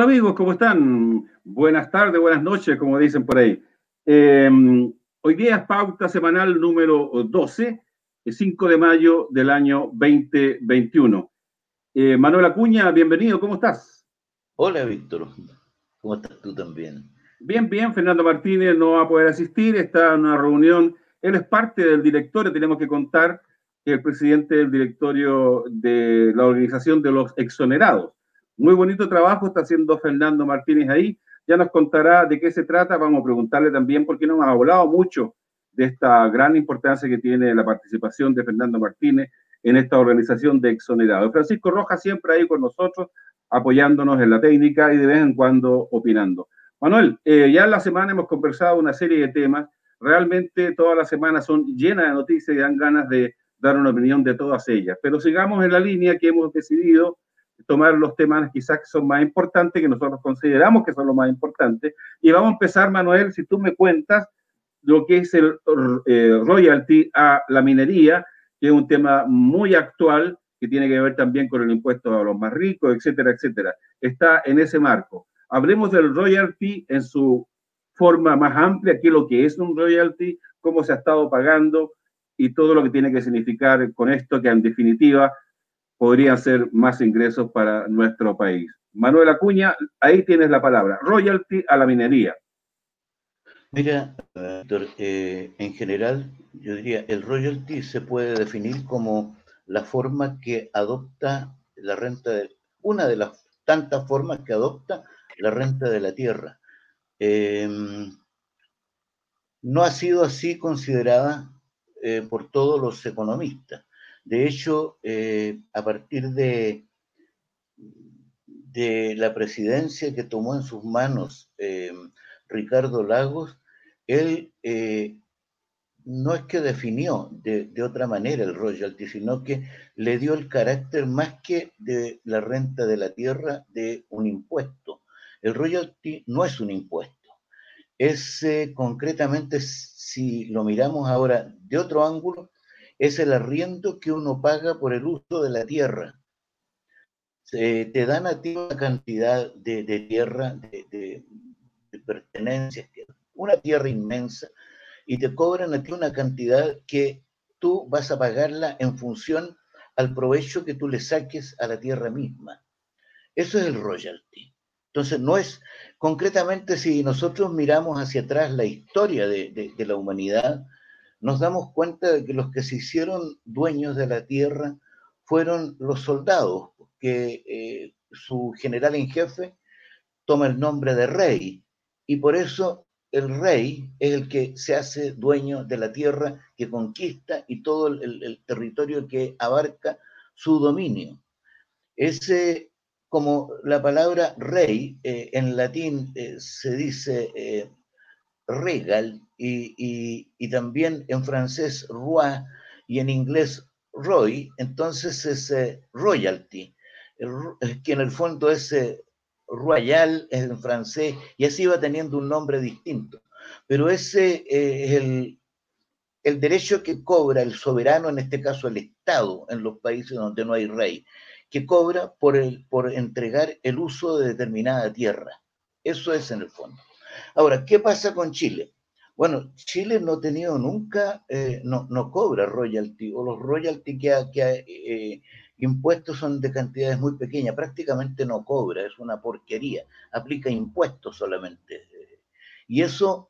amigos, ¿cómo están? Buenas tardes, buenas noches, como dicen por ahí. Eh, Hoy día es pauta semanal número 12, el 5 de mayo del año 2021. Manuel Acuña, bienvenido, ¿cómo estás? Hola Víctor, ¿cómo estás tú también? Bien, bien, Fernando Martínez no va a poder asistir, está en una reunión, él es parte del directorio, tenemos que contar que es el presidente del directorio de la Organización de los Exonerados. Muy bonito trabajo está haciendo Fernando Martínez ahí, ya nos contará de qué se trata, vamos a preguntarle también porque nos ha hablado mucho de esta gran importancia que tiene la participación de Fernando Martínez en esta organización de exonerados. Francisco Rojas siempre ahí con nosotros, apoyándonos en la técnica y de vez en cuando opinando. Manuel, ya en la semana hemos conversado una serie de temas. Realmente todas las semanas son llenas de noticias y dan ganas de dar una opinión de todas ellas. Pero sigamos en la línea que hemos decidido tomar los temas quizás que son más importantes, que nosotros consideramos que son los más importantes. Y vamos a empezar, Manuel, si tú me cuentas lo que es el royalty a la minería, que es un tema muy actual, que tiene que ver también con el impuesto a los más ricos, etcétera, etcétera. Está en ese marco. Hablemos del royalty en su forma más amplia, qué es lo que es un royalty, cómo se ha estado pagando y todo lo que tiene que significar con esto, que en definitiva podrían ser más ingresos para nuestro país. Manuel Acuña, ahí tienes la palabra, royalty a la minería. Mira, Víctor, en general yo diría el royalty se puede definir como la forma que adopta la renta una de las tantas formas que adopta la renta de la tierra. Eh, no ha sido así considerada por todos los economistas. De hecho, a partir de la presidencia que tomó en sus manos Ricardo Lagos, él no es que definió de otra manera el royalty, sino que le dio el carácter más que de la renta de la tierra de un impuesto. El royalty no es un impuesto, es concretamente, si lo miramos ahora de otro ángulo, es el arriendo que uno paga por el uso de la tierra. Te dan a ti una cantidad de tierra, de pertenencias, una tierra inmensa, y te cobran a ti una cantidad que tú vas a pagarla en función al provecho que tú le saques a la tierra misma. Eso es el royalty. Entonces, no es, concretamente, si nosotros miramos hacia atrás la historia de la humanidad, nos damos cuenta de que los que se hicieron dueños de la tierra fueron los soldados, que su general en jefe toma el nombre de rey, y por eso el rey es el que se hace dueño de la tierra que conquista y todo el territorio que abarca su dominio. Ese, como la palabra rey, en latín se dice regal y también en francés roi y en inglés roy, entonces es royalty, que en el fondo es royal en francés y así va teniendo un nombre distinto. Pero ese es el derecho que cobra el soberano, en este caso el Estado, en los países donde no hay rey, que cobra por entregar el uso de determinada tierra. Eso es en el fondo. Ahora, ¿qué pasa con Chile? Bueno, Chile no ha tenido nunca, no cobra royalty, o los royalty que impuestos son de cantidades muy pequeñas, prácticamente no cobra, es una porquería, aplica impuestos solamente. Y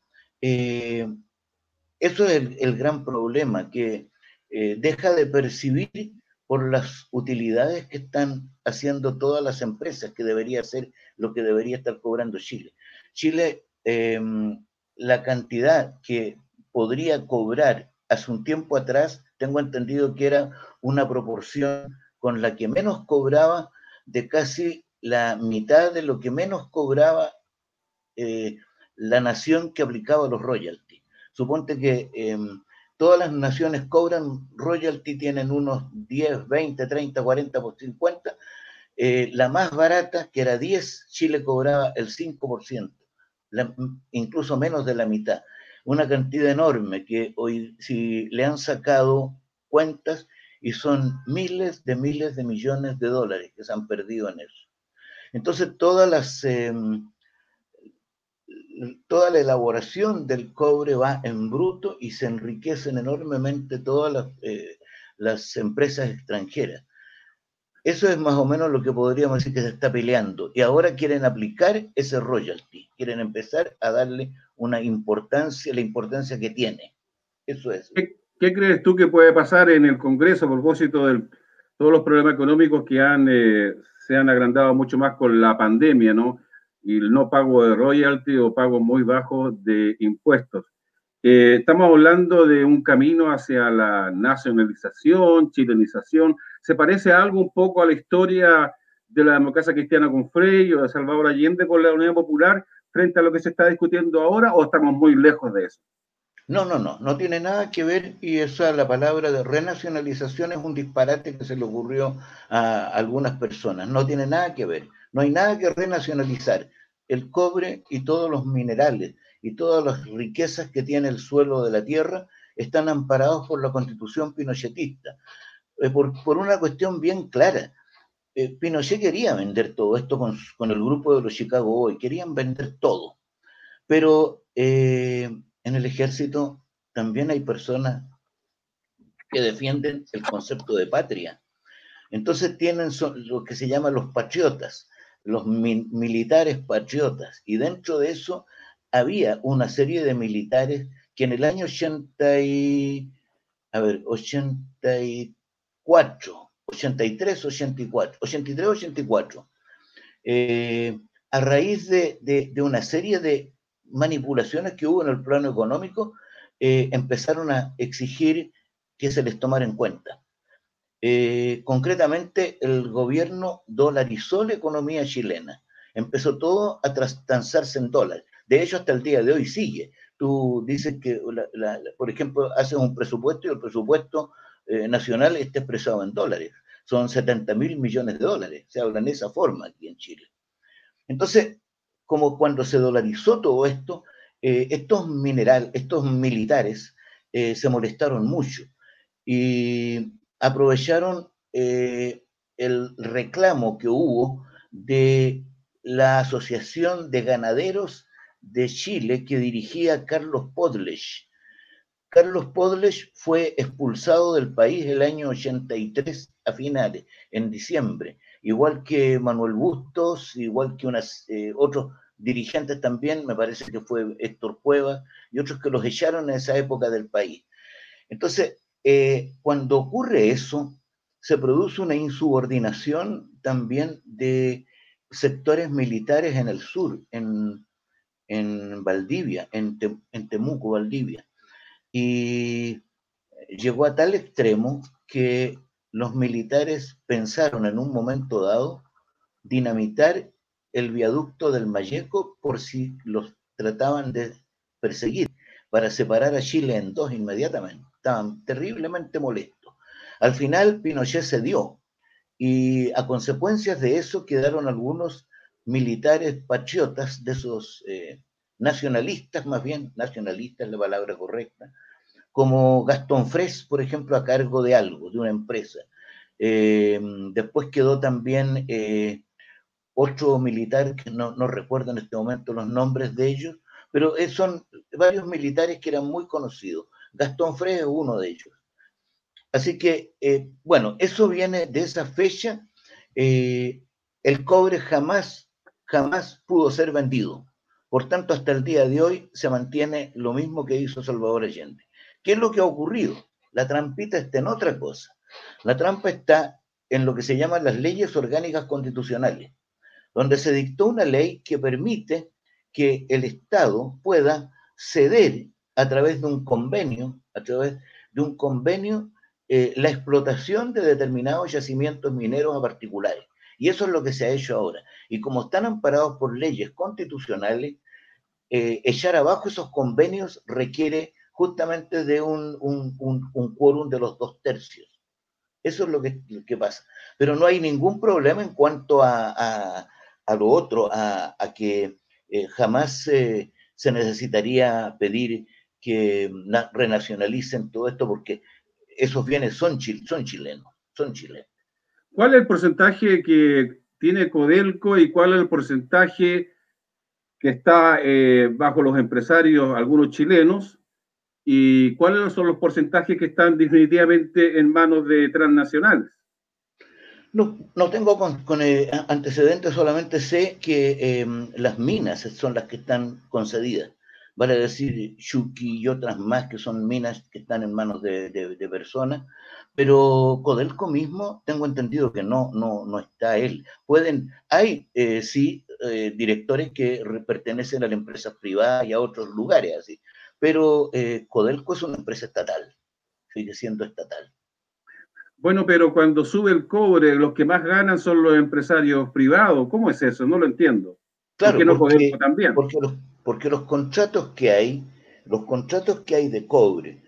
eso es el gran problema, que deja de percibir por las utilidades que están haciendo todas las empresas, que debería ser lo que debería estar cobrando Chile. Chile, la cantidad que podría cobrar hace un tiempo atrás, tengo entendido que era una proporción con la que menos cobraba, de casi la mitad de lo que menos cobraba la nación que aplicaba los royalties. Suponte que todas las naciones cobran royalty, tienen unos 10, 20, 30, 40, 50. La más barata, que era 10, Chile cobraba el 5%, incluso menos de la mitad. Una cantidad enorme que hoy, si le han sacado cuentas, y son miles de millones de dólares que se han perdido en eso. Entonces, toda la elaboración del cobre va en bruto y se enriquecen enormemente todas las empresas extranjeras. Eso es más o menos lo que podríamos decir que se está peleando. Y ahora quieren aplicar ese royalty, quieren empezar a darle una importancia, la importancia que tiene. Eso es. ¿Qué crees tú que puede pasar en el Congreso a propósito de todos los problemas económicos que se han agrandado mucho más con la pandemia, ¿no? Y el no pago de royalty o pagos muy bajos de impuestos. Estamos hablando de un camino hacia la nacionalización, chilenización. ¿Se parece algo un poco a la historia de la democracia cristiana con Frei o de Salvador Allende con la Unidad Popular frente a lo que se está discutiendo ahora o estamos muy lejos de eso? No tiene nada que ver y esa la palabra de renacionalización es un disparate que se le ocurrió a algunas personas, no tiene nada que ver, no hay nada que renacionalizar. El cobre y todos los minerales y todas las riquezas que tiene el suelo de la tierra están amparados por la constitución pinochetista, por una cuestión bien clara. Pinochet quería vender todo esto con el grupo de los Chicago Boys, querían vender todo, pero en el ejército también hay personas que defienden el concepto de patria. Entonces tienen lo que se llama los patriotas, los militares patriotas, y dentro de eso había una serie de militares que en el año 84, 83, 84, 83, 84, a raíz de una serie de manipulaciones que hubo en el plano económico, empezaron a exigir que se les tomara en cuenta. Concretamente, el gobierno dolarizó la economía chilena. Empezó todo a transarse en dólares. De hecho, hasta el día de hoy sigue. Tú dices que, por ejemplo, haces un presupuesto y el presupuesto nacional está expresado en dólares. Son 70.000 millones de dólares. Se habla en esa forma aquí en Chile. Entonces, como cuando se dolarizó todo esto, estos militares se molestaron mucho y aprovecharon el reclamo que hubo de la Asociación de Ganaderos de Chile que dirigía Carlos Podlech. Carlos Podlech fue expulsado del país el año 83 a finales, en diciembre, igual que Manuel Bustos, igual que otros dirigentes también, me parece que fue Héctor Cuevas y otros que los echaron en esa época del país. Entonces, cuando ocurre eso, se produce una insubordinación también de sectores militares en el sur, en Valdivia, en Temuco, Valdivia. Y llegó a tal extremo que los militares pensaron en un momento dado dinamitar el viaducto del Mayeco por si los trataban de perseguir, para separar a Chile en dos inmediatamente. Estaban terriblemente molestos. Al final Pinochet cedió y a consecuencias de eso quedaron algunos militares patriotas, de esos nacionalistas, más bien, nacionalistas es la palabra correcta, como Gastón Fres, por ejemplo, a cargo de algo, de una empresa. Después quedó también otro militar, que no recuerdo en este momento los nombres de ellos, pero son varios militares que eran muy conocidos. Gastón Fres es uno de ellos. Así que, bueno, eso viene de esa fecha. El cobre jamás pudo ser vendido. Por tanto, hasta el día de hoy se mantiene lo mismo que hizo Salvador Allende. ¿Qué es lo que ha ocurrido? La trampita está en otra cosa. La trampa está en lo que se llaman las leyes orgánicas constitucionales, donde se dictó una ley que permite que el Estado pueda ceder a través de un convenio, la explotación de determinados yacimientos mineros a particulares. Y eso es lo que se ha hecho ahora. Y como están amparados por leyes constitucionales, echar abajo esos convenios requiere justamente de un quórum de los 2/3. Eso es lo que pasa. Pero no hay ningún problema en cuanto a lo otro, a que jamás se necesitaría pedir que renacionalicen todo esto, porque esos bienes son chilenos, son chilenos. ¿Cuál es el porcentaje que tiene Codelco y cuál es el porcentaje que está bajo los empresarios, algunos chilenos, y cuáles son los porcentajes que están definitivamente en manos de transnacionales? No, no tengo antecedentes, solamente sé que las minas son las que están concedidas. Vale decir, Chucky y otras más que son minas que están en manos de personas, pero Codelco mismo tengo entendido que no está él. Hay sí directores que pertenecen a las empresas privadas y a otros lugares así, pero Codelco es una empresa estatal, sigue siendo estatal. Bueno, pero cuando sube el cobre, los que más ganan son los empresarios privados. ¿Cómo es eso? No lo entiendo. ¿Por Claro, qué no Codelco también? porque los contratos que hay de cobre,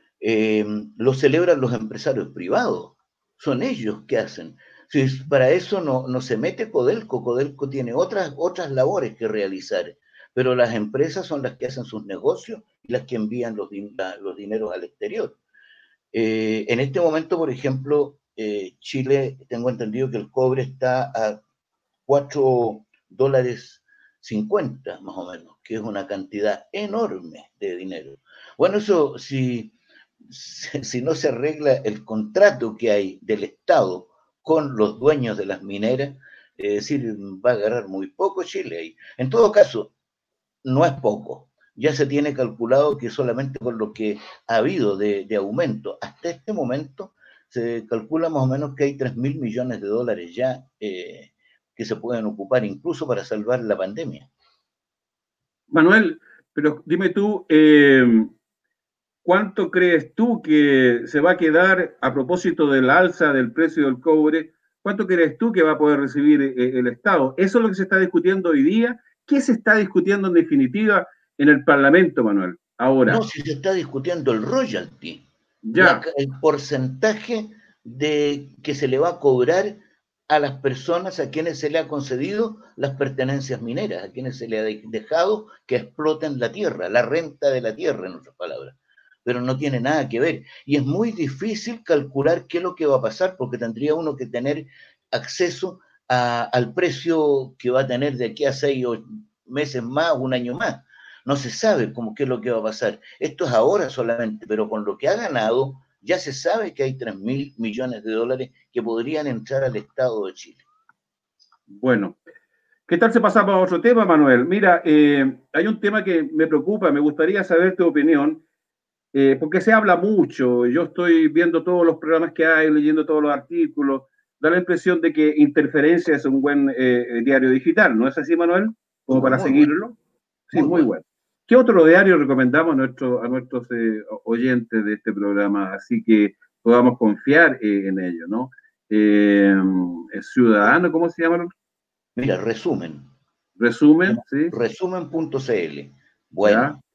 los celebran los empresarios privados. Son ellos que hacen. Si para eso no se mete Codelco. Codelco tiene otras labores que realizar, pero las empresas son las que hacen sus negocios y las que envían los dineros al exterior. En este momento, por ejemplo, Chile, tengo entendido que el cobre está a 4 dólares 50 más o menos, que es una cantidad enorme de dinero. Bueno, eso si no se arregla el contrato que hay del Estado con los dueños de las mineras, es decir, va a agarrar muy poco Chile ahí. En todo caso, no es poco. Ya se tiene calculado que solamente con lo que ha habido de aumento hasta este momento, se calcula más o menos que hay 3.000 millones de dólares ya que se pueden ocupar incluso para salvar la pandemia. Manuel, pero dime tú, ¿cuánto crees tú que se va a quedar a propósito del alza del precio del cobre? ¿Cuánto crees tú que va a poder recibir el Estado? Eso es lo que se está discutiendo hoy día. ¿Qué se está discutiendo en definitiva en el Parlamento, Manuel? No, Ahora, si se está discutiendo el royalty, ya. el porcentaje que se le va a cobrar a las personas a quienes se le ha concedido las pertenencias mineras, a quienes se le ha dejado que exploten la tierra, la renta de la tierra, en otras palabras. Pero no tiene nada que ver. Y es muy difícil calcular qué es lo que va a pasar, porque tendría uno que tener acceso al precio que va a tener de aquí a 6 meses más, un año más. No se sabe cómo qué es lo que va a pasar. Esto es ahora solamente, pero con lo que ha ganado, ya se sabe que hay 3.000 millones de dólares que podrían entrar al Estado de Chile. Bueno, ¿qué tal se pasaba a otro tema, Manuel? Mira, hay un tema que me preocupa, me gustaría saber tu opinión, porque se habla mucho, yo estoy viendo todos los programas que hay, leyendo todos los artículos, da la impresión de que Interferencia es un buen diario digital, ¿no es así, Manuel? Como para Muy bueno, seguirlo. Sí, muy muy bueno. bueno. ¿Qué otro diario recomendamos a nuestros oyentes de este programa? Así que podamos confiar en ello, ¿no? Ciudadano, ¿cómo se llama? Mira, resumen. Resumen, sí, Resumen.cl. ya, Bueno,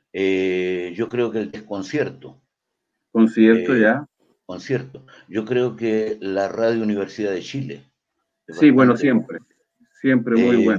yo creo que el desconcierto. concierto, eh, ya. Concierto. Yo creo que la Radio Universidad de Chile es Sí, bueno, bastante siempre, buena. siempre muy Eh, bueno.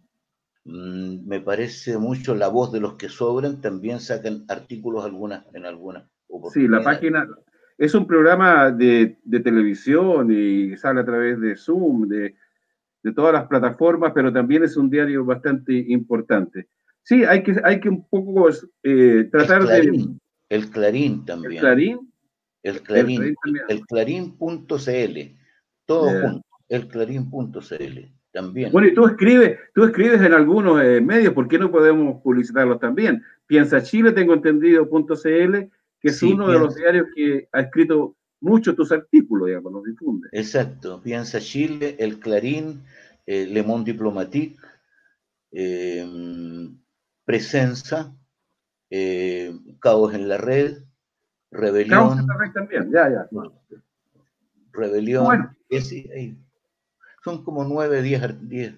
Me parece mucho La Voz de los que sobran, también sacan artículos en algunas Sí, la oportunidades. página es un programa de televisión y sale a través de Zoom, de todas las plataformas, pero también es un diario bastante importante. Sí, hay que un poco El tratar de... Clarín, el Clarín El también, Clarín, el el Clarín, Clarín también. el Clarín.cl, todo Yeah. junto, el Clarín.cl también. Bueno, y tú escribes en algunos medios, ¿por qué no podemos publicitarlos también? Piensa Chile, tengo entendido, .cl, que es Sí, uno de los diarios que ha escrito muchos tus artículos, digamos, los difunde. exacto, Piensa Chile, el Clarín, Le Monde Diplomatique, eh, Presenza, Caos en la Red, Causa Rebelión, también, ya, ya. Rebelión, Bueno, son como 9, 10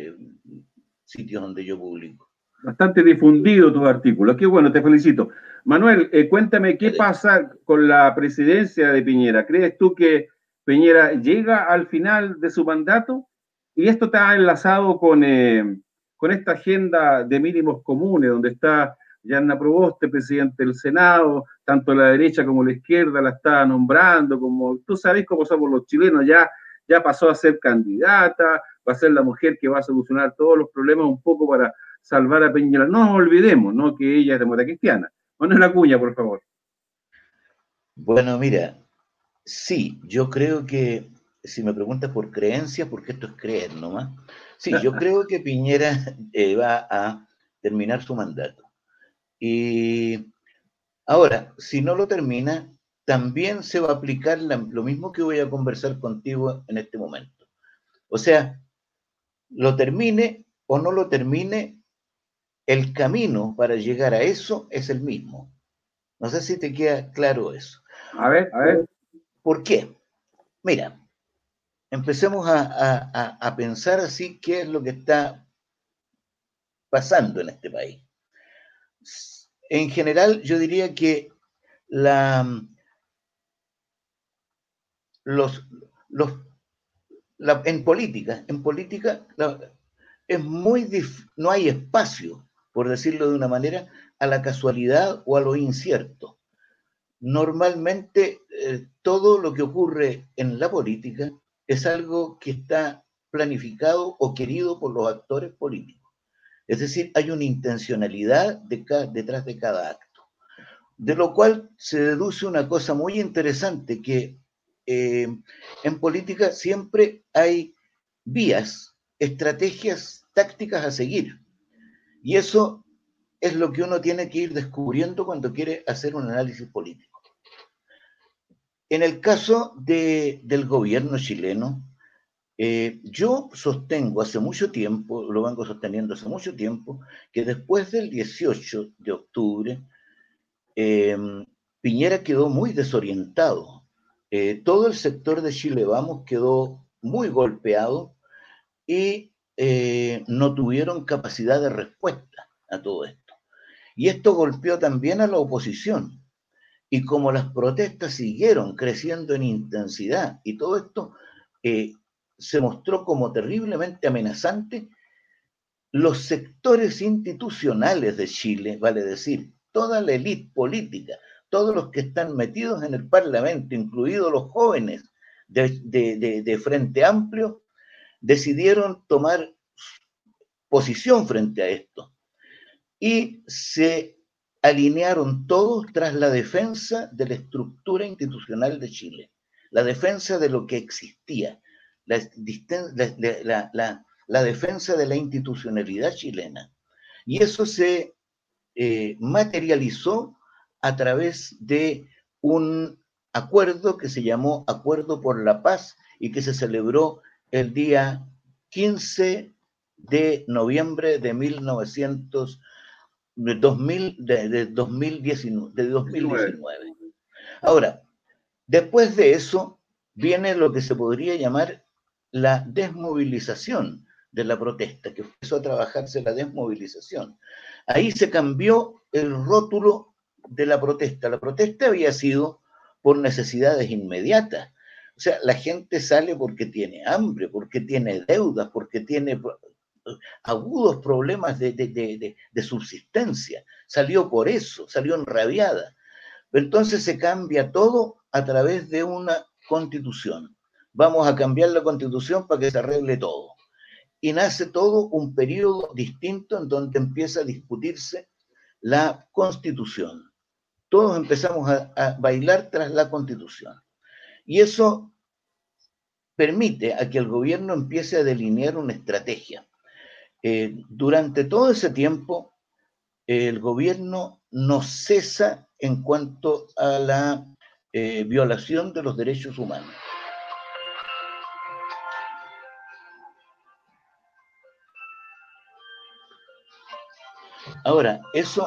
sitios donde yo publico. bastante difundido tus artículos. Qué bueno, te felicito. Manuel, cuéntame qué Vale. pasa con la presidencia de Piñera. ¿Crees tú que Piñera llega al final de su mandato? Y esto está enlazado con esta agenda de mínimos comunes, donde está Yanna Proboste, presidente del Senado, tanto la derecha como la izquierda la está nombrando, como tú sabes cómo somos los chilenos, ya ya pasó a ser candidata, va a ser la mujer que va a solucionar todos los problemas un poco para salvar a Peña. No nos olvidemos, ¿no?, que ella es demócrata cristiana. Bueno, la cuña, por favor. Bueno, mira, sí, yo creo que, si me preguntas por creencias, porque esto es creer nomás, sí, yo creo que Piñera va a terminar su mandato. Y ahora, si no lo termina, también se va a aplicar lo mismo que voy a conversar contigo en este momento. O sea, lo termine o no lo termine, el camino para llegar a eso es el mismo. No sé si te queda claro eso. A ver, a ver. ¿Por qué? Mira, empecemos a pensar así qué es lo que está pasando en este país. En general, yo diría que la, los, los, en política es no hay espacio, por decirlo de una manera, a la casualidad o a lo incierto. Normalmente todo lo que ocurre en la política es algo que está planificado o querido por los actores políticos. Es decir, hay una intencionalidad detrás de cada acto. De lo cual se deduce una cosa muy interesante, que en política siempre hay vías, estrategias, tácticas a seguir. Y eso es lo que uno tiene que ir descubriendo cuando quiere hacer un análisis político. En el caso del gobierno chileno, yo sostengo hace mucho tiempo, lo vengo sosteniendo hace mucho tiempo, que después del 18 de octubre, eh, Piñera quedó muy desorientado. Todo el sector de Chile Vamos quedó muy golpeado y no tuvieron capacidad de respuesta a todo esto. Y esto golpeó también a la oposición. Y como las protestas siguieron creciendo en intensidad y todo esto eh, se mostró como terriblemente amenazante, los sectores institucionales de Chile, vale decir, toda la élite política, todos los que están metidos en el Parlamento, incluidos los jóvenes de Frente Amplio, decidieron tomar posición frente a esto y se alinearon todos tras la defensa de la estructura institucional de Chile, la defensa de lo que existía, la defensa de la institucionalidad chilena. Y eso se materializó a través de un acuerdo que se llamó Acuerdo por la Paz y que se celebró el día 15 de noviembre de 2019. Ahora, después de eso viene lo que se podría llamar la desmovilización de la protesta, que empezó a trabajarse la desmovilización. Ahí se cambió el rótulo de la protesta. La protesta había sido por necesidades inmediatas. O sea, la gente sale porque tiene hambre, porque tiene deudas, porque tiene agudos problemas de subsistencia. Salió por eso, salió enrabiada. Entonces se cambia todo a través de una constitución. Vamos a cambiar la constitución para que se arregle todo. Y nace todo un periodo distinto en donde empieza a discutirse la constitución. Todos empezamos a bailar tras la constitución. Y eso permite a que el gobierno empiece a delinear una estrategia. Durante todo ese tiempo, el gobierno no cesa en cuanto a la violación de los derechos humanos. Ahora,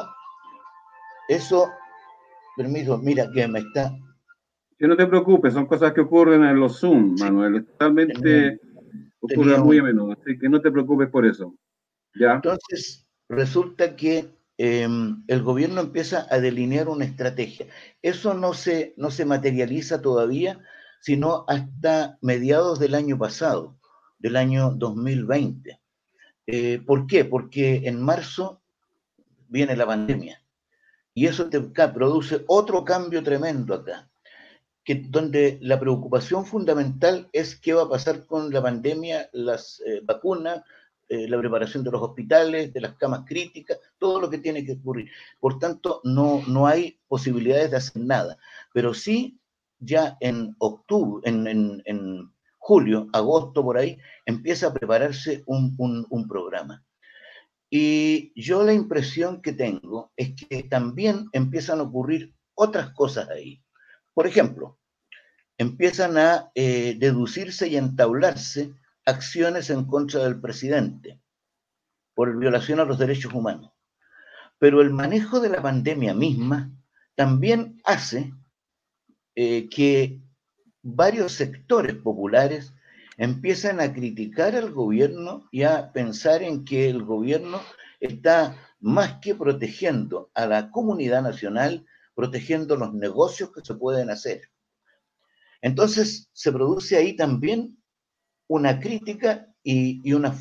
eso, permiso, mira que me está... Que no te preocupes, son cosas que ocurren en los Zoom, Sí, Manuel. Totalmente ocurre muy a menudo, así que no te preocupes por eso. ¿Ya? Entonces, resulta que el gobierno empieza a delinear una estrategia. Eso no se materializa todavía, sino hasta mediados del año pasado, del año 2020. ¿Por qué? Porque en marzo viene la pandemia y eso produce otro cambio tremendo acá. donde la preocupación fundamental es qué va a pasar con la pandemia, las vacunas, la preparación de los hospitales, de las camas críticas, todo lo que tiene que ocurrir. Por tanto, no hay posibilidades de hacer nada, pero sí ya en octubre, en julio, agosto, por ahí, empieza a prepararse un programa. Y yo la impresión que tengo es que también empiezan a ocurrir otras cosas ahí. Por ejemplo, empiezan a deducirse y entablarse acciones en contra del presidente por violación a los derechos humanos. Pero el manejo de la pandemia misma también hace que varios sectores populares empiezan a criticar al gobierno y a pensar en que el gobierno está más que protegiendo a la comunidad nacional, protegiendo los negocios que se pueden hacer. Entonces se produce ahí también una crítica y una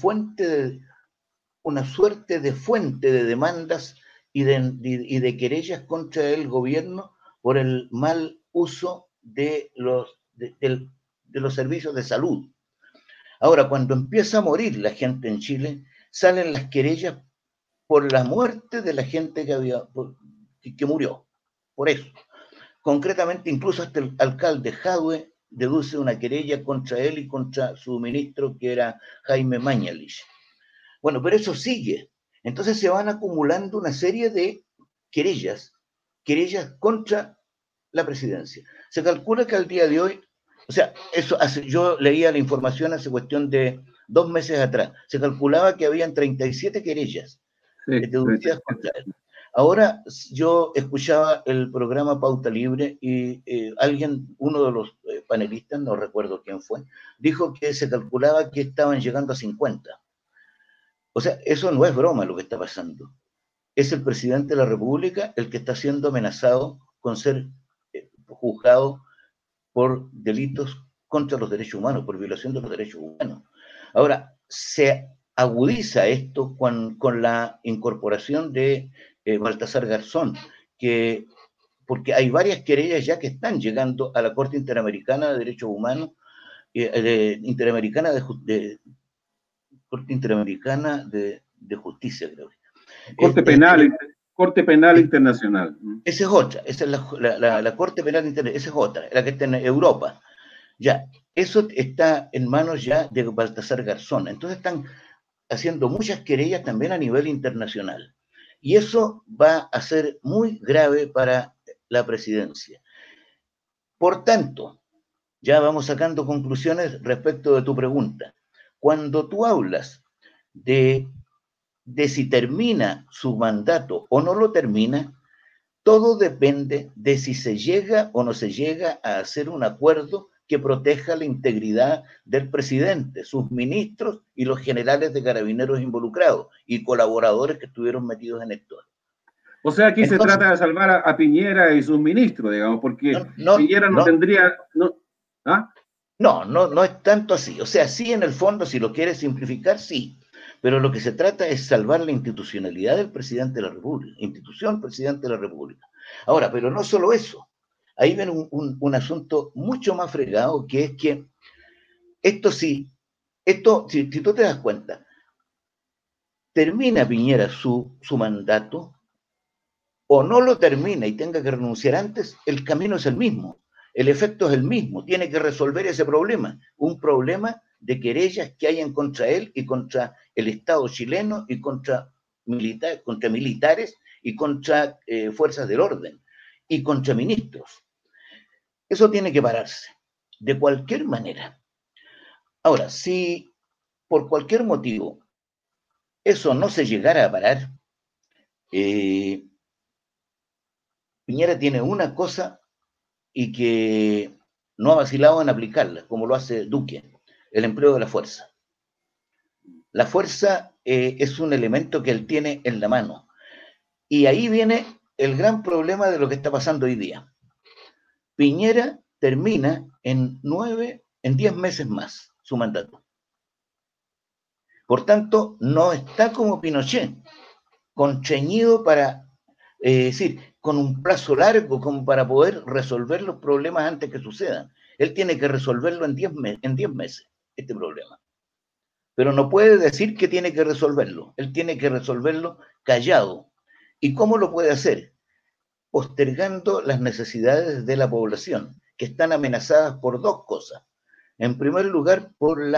suerte de fuente de demandas y de querellas contra el gobierno por el mal uso de los servicios de salud. Ahora, cuando empieza a morir la gente en Chile, salen las querellas por la muerte de la gente que murió. Por eso. Concretamente, incluso hasta el alcalde Jadwe deduce una querella contra él y contra su ministro, que era Jaime Mañalich. Bueno, pero eso sigue. Entonces se van acumulando una serie de querellas contra la presidencia. Se calcula que al día de hoy, o sea, yo leía la información hace cuestión de 2 meses atrás, se calculaba que habían 37 querellas deducidas contra él. Ahora yo escuchaba el programa Pauta Libre y uno de los panelistas, no recuerdo quién fue, dijo que se calculaba que estaban llegando a 50. O sea, eso no es broma lo que está pasando. Es el presidente de la República el que está siendo amenazado con ser juzgado por delitos contra los derechos humanos, por violación de los derechos humanos. Ahora, se agudiza esto con la incorporación de Baltasar Garzón, porque hay varias querellas ya que están llegando a la Corte Interamericana de Derechos Humanos, Corte Interamericana de Justicia, creo. Corte Penal Internacional. Esa es otra, esa es la Corte Penal Internacional, esa es otra, la que está en Europa. Ya, eso está en manos ya de Baltasar Garzón. Entonces están haciendo muchas querellas también a nivel internacional. Y eso va a ser muy grave para la presidencia. Por tanto, ya vamos sacando conclusiones respecto de tu pregunta. Cuando tú hablas de si termina su mandato o no lo termina, todo depende de si se llega o no se llega a hacer un acuerdo que proteja la integridad del presidente, sus ministros y los generales de carabineros involucrados y colaboradores que estuvieron metidos en esto. O sea, aquí entonces, se trata de salvar a Piñera y sus ministros, digamos, porque Piñera no tendría... No es tanto así. O sea, sí, en el fondo, si lo quieres simplificar, sí. Pero lo que se trata es salvar la institucionalidad del presidente de la República, institución presidente de la República. Ahora, pero no solo eso. Ahí viene un asunto mucho más fregado, que es que si tú te das cuenta, termina Piñera su mandato, o no lo termina y tenga que renunciar antes, el camino es el mismo, el efecto es el mismo, tiene que resolver ese problema, un problema de querellas que hayan contra él y contra el Estado chileno y contra militares y contra fuerzas del orden y contra ministros. Eso tiene que pararse, de cualquier manera. Ahora, si por cualquier motivo eso no se llegara a parar, Piñera tiene una cosa y que no ha vacilado en aplicarla, como lo hace Duque, el empleo de la fuerza. La fuerza es un elemento que él tiene en la mano. Y ahí viene el gran problema de lo que está pasando hoy día. Piñera termina en 10 meses más su mandato. Por tanto, no está como Pinochet, constreñido para Es decir, con un plazo largo como para poder resolver los problemas antes que sucedan. Él tiene que resolverlo en 10 meses, este problema. Pero no puede decir que tiene que resolverlo. Él tiene que resolverlo callado. ¿Y cómo lo puede hacer? Postergando las necesidades de la población, que están amenazadas por dos cosas. En primer lugar,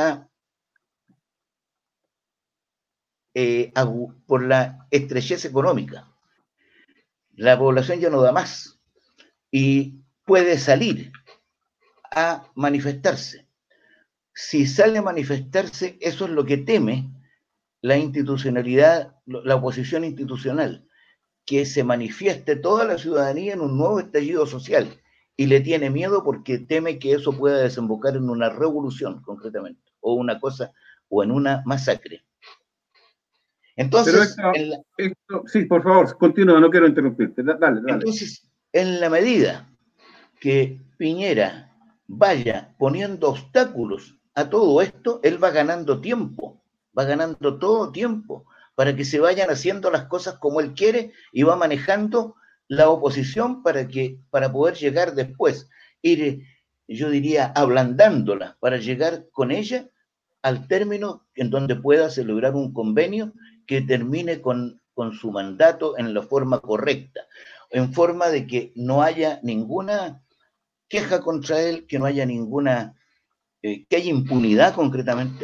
por la estrechez económica. La población ya no da más y puede salir a manifestarse. Si sale a manifestarse, eso es lo que teme la institucionalidad, la oposición institucional, que se manifieste toda la ciudadanía en un nuevo estallido social, y le tiene miedo porque teme que eso pueda desembocar en una revolución, concretamente, o una cosa, o en una masacre. Pero Entonces, sí, por favor, continúa, no quiero interrumpirte. Dale, dale. Entonces, en la medida que Piñera vaya poniendo obstáculos a todo esto, él va ganando tiempo, va ganando todo tiempo para que se vayan haciendo las cosas como él quiere, y va manejando la oposición para poder llegar después, ir, yo diría, ablandándola para llegar con ella al término en donde pueda celebrar un convenio que termine con su mandato en la forma correcta, en forma de que no haya ninguna queja contra él, que no haya que haya impunidad concretamente,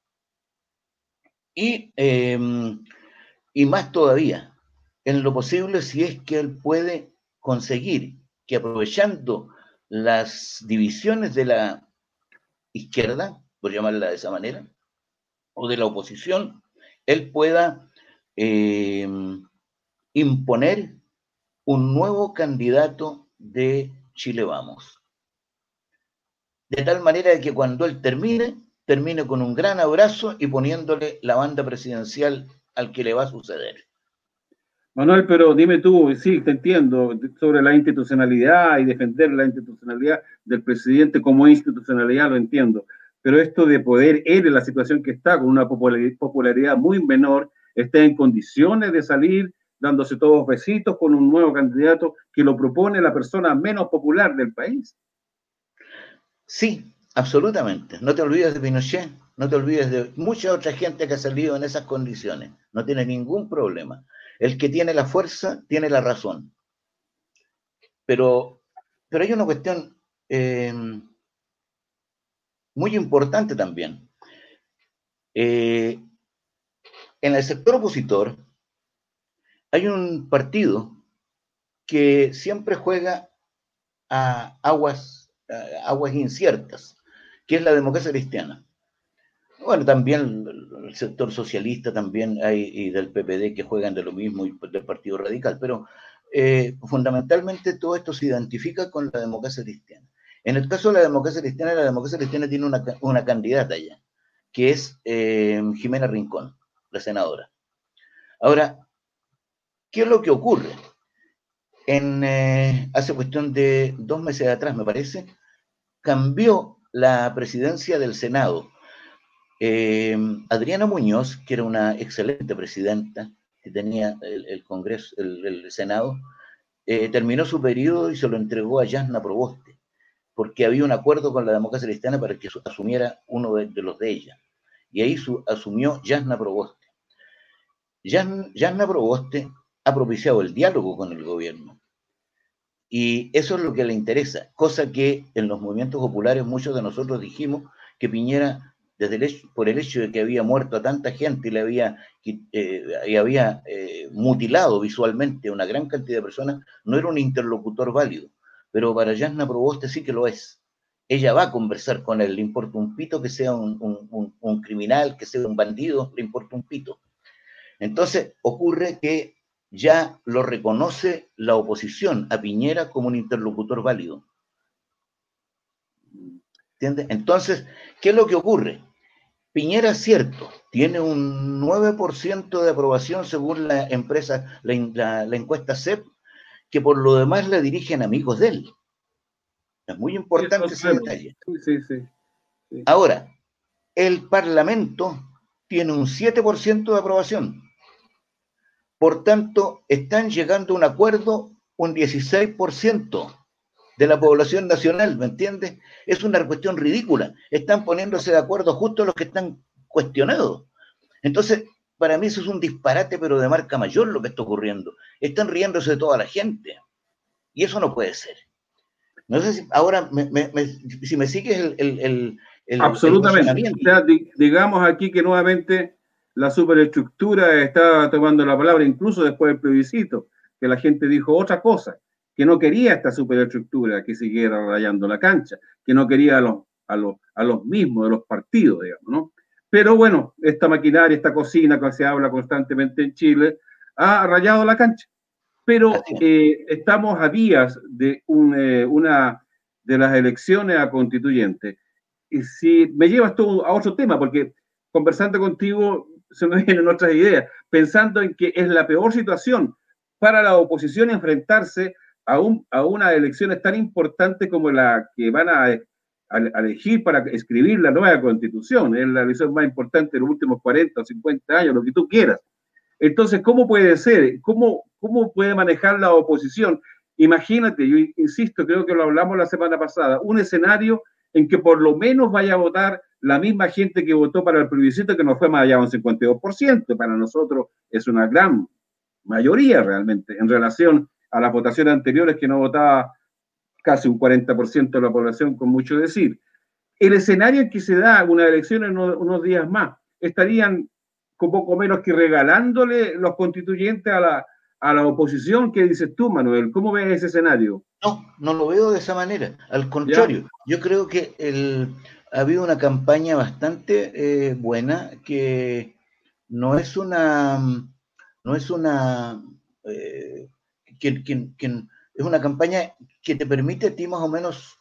y, eh, y más todavía, en lo posible, si es que él puede conseguir que, aprovechando las divisiones de la izquierda, por llamarla de esa manera, o de la oposición, él pueda eh, imponer un nuevo candidato de Chile Vamos. De tal manera que cuando él termine con un gran abrazo y poniéndole la banda presidencial al que le va a suceder. Manuel, pero dime tú, sí, te entiendo, sobre la institucionalidad y defender la institucionalidad del presidente como institucionalidad, lo entiendo. Pero esto de poder, él en la situación que está, con una popularidad muy menor, está en condiciones de salir dándose todos besitos con un nuevo candidato que lo propone la persona menos popular del país. Sí, absolutamente. No te olvides de Pinochet, no te olvides de mucha otra gente que ha salido en esas condiciones. No tiene ningún problema. El que tiene la fuerza tiene la razón. Pero, pero hay una cuestión eh, muy importante también. En el sector opositor hay un partido que siempre juega a aguas inciertas, que es la democracia cristiana. Bueno, también el sector socialista también hay, y del PPD, que juegan de lo mismo, y del Partido Radical, pero fundamentalmente todo esto se identifica con la democracia cristiana. En el caso de la democracia cristiana tiene una candidata ya, que es Jimena Rincón, la senadora. Ahora, ¿qué es lo que ocurre? Hace cuestión de 2 meses atrás, me parece, cambió la presidencia del Senado. Adriana Muñoz, que era una excelente presidenta, que tenía el Congreso, el Senado, terminó su periodo y se lo entregó a Jasna Proboste, porque había un acuerdo con la democracia cristiana para que asumiera uno de los de ella. Y ahí asumió Jasna Proboste. Jasna Proboste ha propiciado el diálogo con el gobierno. Y eso es lo que le interesa, cosa que en los movimientos populares muchos de nosotros dijimos que Piñera, por el hecho de que había muerto a tanta gente y había mutilado visualmente a una gran cantidad de personas, no era un interlocutor válido. Pero para Jasna Proboste sí que lo es. Ella va a conversar con él, le importa un pito que sea un criminal, que sea un bandido, le importa un pito. Entonces ocurre que ya lo reconoce la oposición a Piñera como un interlocutor válido. ¿Entiendes? Entonces, ¿qué es lo que ocurre? Piñera, cierto, tiene un 9% de aprobación según la empresa, la encuesta CEP, que por lo demás la dirigen amigos de él. Es muy Sí, eso lo importante ese sabemos. detalle. Sí. Ahora, el Parlamento tiene un 7% de aprobación. Por tanto, están llegando a un acuerdo un 16% de la población nacional, ¿me entiendes? Es una cuestión ridícula. Están poniéndose de acuerdo justo los que están cuestionados. Entonces, para mí eso es un disparate, pero de marca mayor lo que está ocurriendo. Están riéndose de toda la gente. Y eso no puede ser. No sé si ahora, si me sigues el Absolutamente. O razonamiento. sea, digamos aquí que nuevamente la superestructura está tomando la palabra, incluso después del plebiscito, que la gente dijo otra cosa, que no quería esta superestructura que siguiera rayando la cancha, que no quería a los mismos de los partidos, digamos, ¿no? Pero bueno, esta maquinaria, esta cocina que se habla constantemente en Chile, ha rayado la cancha. Pero estamos a días de una de las elecciones a constituyentes. Y si me llevas tú a otro tema, porque conversando contigo se me vienen otras ideas, pensando en que es la peor situación para la oposición enfrentarse a unas elecciones tan importantes como la que van a elegir para escribir la nueva constitución. Es la elección más importante de los últimos 40 o 50 años, lo que tú quieras. Entonces, ¿cómo puede ser? ¿Cómo puede manejar la oposición? Imagínate, yo insisto, creo que lo hablamos la semana pasada, un escenario en que por lo menos vaya a votar la misma gente que votó para el plebiscito, que no fue más allá de un 52%. Para nosotros es una gran mayoría realmente en relación a las votaciones anteriores, que no votaba casi un 40% de la población, con mucho decir. El escenario en que se da una elección en unos días más, estarían con poco menos que regalándole los constituyentes a la oposición. ¿Qué dices tú, Manuel? ¿Cómo ves ese escenario? No, no lo veo de esa manera. Al ¿Ya? contrario, yo creo que ha habido una campaña bastante buena que no es una, no es una, eh, es una campaña que te permite a ti más o menos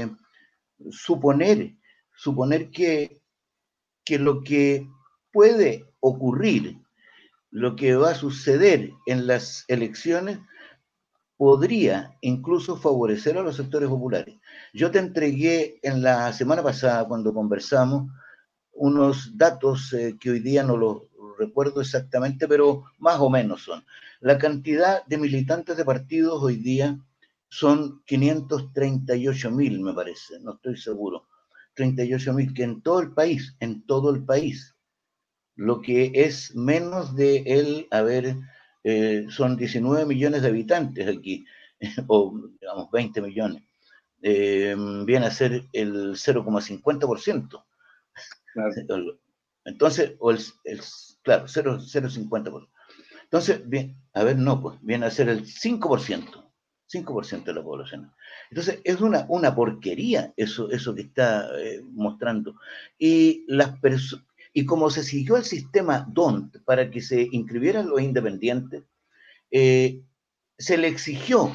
suponer, suponer que lo que puede ocurrir, lo que va a suceder en las elecciones, podría incluso favorecer a los sectores populares. Yo te entregué en la semana pasada, cuando conversamos, unos datos que hoy día no los recuerdo exactamente, pero más o menos son. La cantidad de militantes de partidos hoy día son 538.000, me parece, no estoy seguro. 38.000, que en todo el país, lo que es menos de el, a ver, son 19 millones de habitantes aquí, o digamos 20 millones, viene a ser el 0,50%. Claro. Entonces, claro, 0,50%. Entonces, bien, a ver, no, pues viene a ser el 5% de la población. Entonces, es una porquería eso que está mostrando. Y, y como se siguió el sistema DONT para que se inscribieran los independientes, eh, se le exigió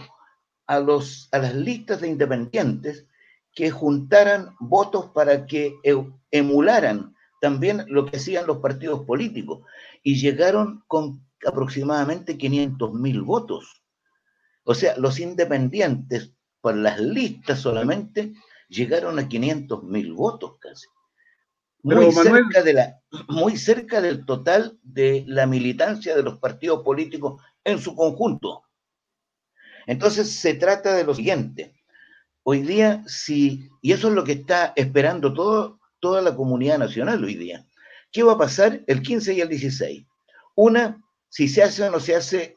a las listas de independientes que juntaran votos para que emularan también lo que hacían los partidos políticos, y llegaron con aproximadamente 500.000 votos. O sea, los independientes, por las listas solamente, llegaron a 500.000 votos casi. Pero Manuel, Muy cerca del total de la militancia de los partidos políticos en su conjunto. Entonces se trata de lo siguiente. Hoy día, sí, y eso es lo que está esperando toda la comunidad nacional hoy día. ¿Qué va a pasar el 15 y el 16? Una, si se hace o no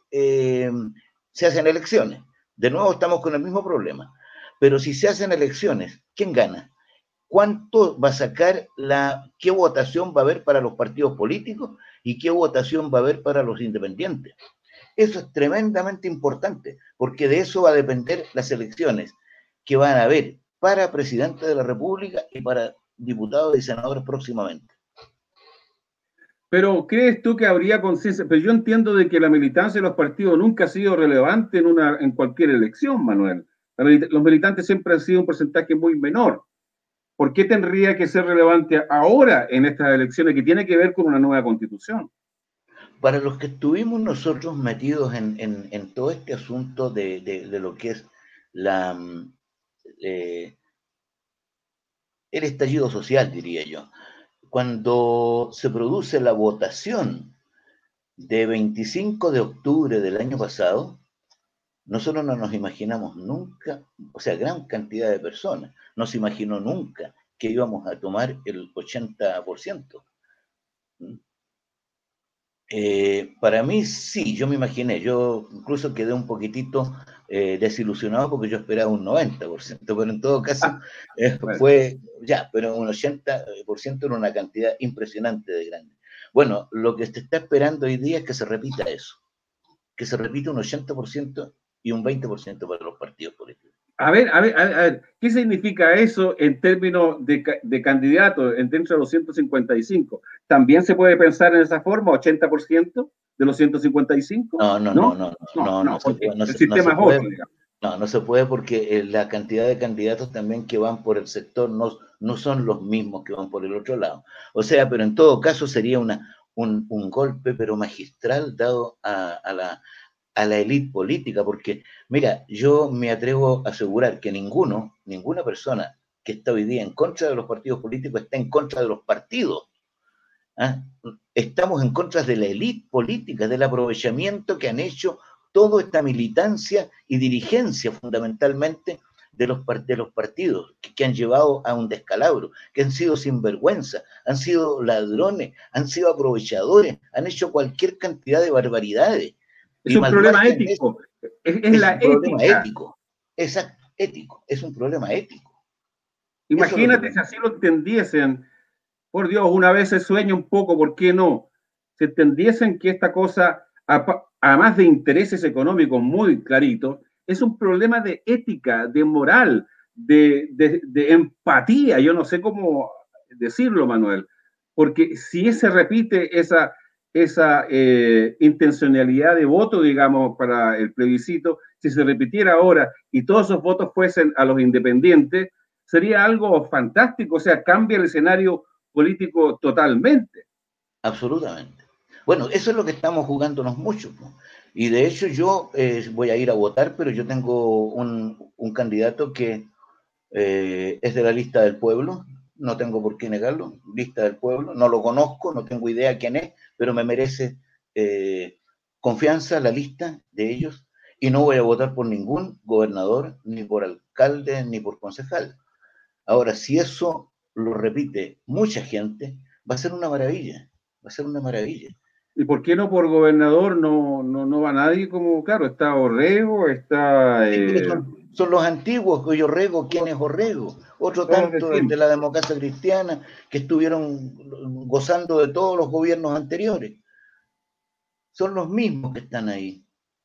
se hacen elecciones. De nuevo estamos con el mismo problema. Pero si se hacen elecciones, ¿quién gana? ¿Cuánto va a sacar qué votación va a haber para los partidos políticos y qué votación va a haber para los independientes? Eso es tremendamente importante, porque de eso va a depender las elecciones que van a haber para presidente de la República y para diputados y senadores próximamente. pero ¿crees tú que habría conciencia? Pero yo entiendo de que la militancia de los partidos nunca ha sido relevante en cualquier elección, Manuel. Los militantes siempre han sido un porcentaje muy menor. ¿Por qué tendría que ser relevante ahora en estas elecciones que tiene que ver con una nueva constitución? Para los que estuvimos nosotros metidos en todo este asunto de lo que es la, eh, el estallido social, diría yo, cuando se produce la votación de 25 de octubre del año pasado, nosotros no nos imaginamos nunca, o sea, gran cantidad de personas, no se imaginó nunca que íbamos a tomar el 80%. Para mí sí, yo me imaginé, yo incluso quedé un poquitito desilusionado porque yo esperaba un 90%, pero en todo caso Bueno. fue ya, pero un 80% era una cantidad impresionante de grande. Bueno, lo que se está esperando hoy día es que se repita eso, que se repita un 80% y un 20% para los partidos políticos. A ver, ¿qué significa eso en términos de candidatos dentro de los 155? ¿También se puede pensar en esa forma, 80% de los 155? No, no, no, ¿No? no, No, no, no, no se porque puede, no el se, no se sistema es puede, otro, digamos. no, no se puede porque la cantidad de candidatos también que van por el sector no son los mismos que van por el otro lado. O sea, pero en todo caso sería un golpe, pero magistral, dado a la élite política, porque, mira, yo me atrevo a asegurar que ninguna persona que está hoy día en contra de los partidos políticos está en contra de los partidos. ¿Ah? Estamos en contra de la élite política, del aprovechamiento que han hecho toda esta militancia y dirigencia fundamentalmente de los partidos que han llevado a un descalabro, que han sido sinvergüenza, han sido ladrones, han sido aprovechadores, han hecho cualquier cantidad de barbaridades. Es Y un al problema margen de eso, ético, es es la un problema ética. ético. Exacto, ético, es un problema ético. Eso es lo que Imagínate si tenemos. así lo entendiesen. Por Dios, una vez se sueña un poco, ¿por qué no? Si entendiesen que esta cosa, además de intereses económicos muy claritos, es un problema de ética, de moral, de empatía, yo no sé cómo decirlo, Manuel, porque si se repite esa intencionalidad de voto, digamos, para el plebiscito, si se repitiera ahora y todos esos votos fuesen a los independientes, sería algo fantástico, o sea, cambia el escenario político totalmente. Absolutamente. Bueno, eso es lo que estamos jugándonos mucho, ¿no? Y de hecho yo voy a ir a votar, pero yo tengo un candidato que es de la lista del pueblo, no tengo por qué negarlo, lista del pueblo, no lo conozco, no tengo idea quién es, pero me merece confianza la lista de ellos y no voy a votar por ningún gobernador, ni por alcalde, ni por concejal. Ahora, si eso lo repite mucha gente, va a ser una maravilla, va a ser una maravilla. ¿Y por qué no por gobernador no va nadie como, claro, está Orrego, está... Sí, pero son los antiguos, Orrego, ¿quién es Orrego? Otro todos los de tanto, el de siempre. la democracia cristiana, que estuvieron gozando de todos los gobiernos anteriores. Son los mismos que están ahí.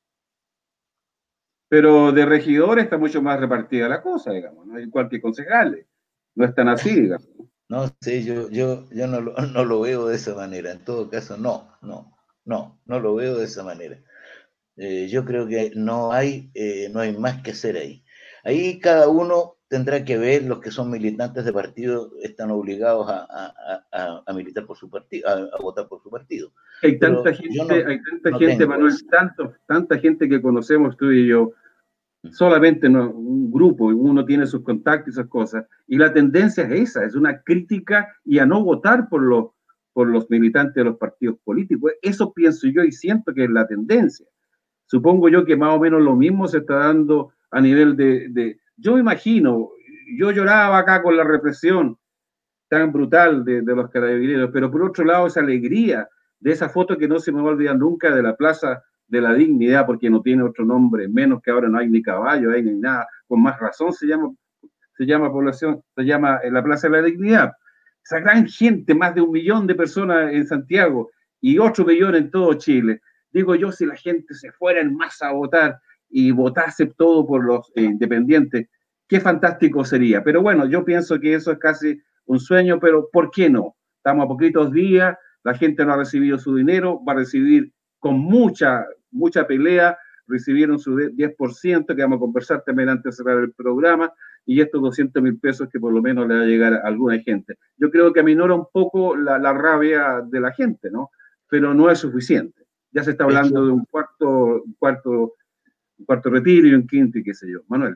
Pero de regidores está mucho más repartida la cosa, digamos, ¿no? Igual que concejales. No están así, digamos. No sé, yo no lo veo de esa manera. En todo caso, no lo veo de esa manera. Yo creo que no hay más que hacer ahí. Ahí cada uno tendrá que ver, los que son militantes de partido están obligados a militar por su partido, a votar por su partido. Pero yo Hay tanta no gente, tengo Manuel, eso. tanta gente que conocemos tú y yo, solamente no, un grupo, uno tiene sus contactos y esas cosas, y la tendencia es esa, es una crítica y a no votar por los militantes de los partidos políticos. Eso pienso yo y siento que es la tendencia. Supongo yo que más o menos lo mismo se está dando a nivel yo me imagino, yo lloraba acá con la represión tan brutal de los carabineros, pero por otro lado esa alegría de esa foto que no se me va a olvidar nunca de la Plaza de la Dignidad, porque no tiene otro nombre, menos que ahora no hay ni caballo, hay ni nada, con más razón se llama población, se llama la Plaza de la Dignidad. Esa gran gente, más de 1 millón de personas en Santiago y 8 millones en todo Chile. Digo yo, si la gente se fuera en masa a votar y votase todo por los independientes, qué fantástico sería. Pero bueno, yo pienso que eso es casi un sueño, pero ¿por qué no? Estamos a poquitos días, la gente no ha recibido su dinero, va a recibir con mucha pelea, recibieron su 10%, que vamos a conversar también antes de cerrar el programa, y estos 200.000 pesos que por lo menos le va a llegar a alguna gente. Yo creo que aminora un poco la rabia de la gente, ¿no? Pero no es suficiente. Ya se está De hablando hecho, de un cuarto retiro y un quinto y qué sé yo. Manuel.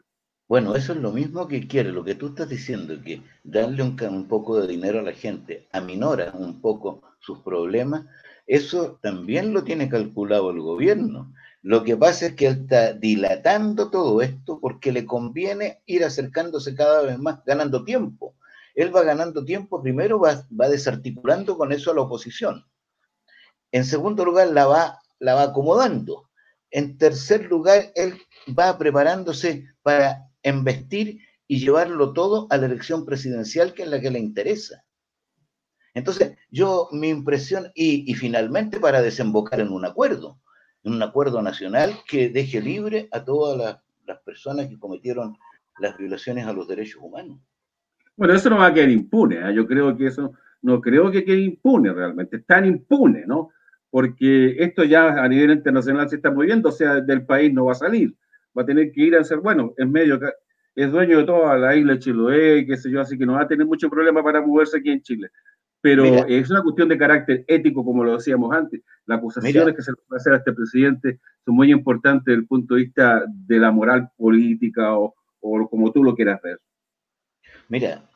Bueno, eso es lo mismo que quiere, lo que tú estás diciendo, que darle un poco de dinero a la gente aminora un poco sus problemas, eso también lo tiene calculado el gobierno. Lo que pasa es que él está dilatando todo esto porque le conviene ir acercándose cada vez más, ganando tiempo. Él va ganando tiempo, primero va desarticulando con eso a la oposición. En segundo lugar, la va acomodando. En tercer lugar, él va preparándose para embestir y llevarlo todo a la elección presidencial, que es la que le interesa. Entonces, mi impresión, y finalmente para desembocar en un acuerdo nacional que deje libre a todas las personas que cometieron las violaciones a los derechos humanos. Bueno, eso no va a quedar impune, ¿eh? Yo creo que eso no creo que quede impune realmente, es tan impune, ¿no? Porque esto ya a nivel internacional se está moviendo, o sea, del país no va a salir, va a tener que ir a ser, bueno, en medio, es dueño de toda la isla de Chiloé, qué sé yo, así que no va a tener mucho problema para moverse aquí en Chile. Pero Mira, es una cuestión de carácter ético, como lo decíamos antes. Las acusaciones mira, que se le puede hacer a este presidente son muy importantes desde el punto de vista de la moral política o como tú lo quieras ver. mira,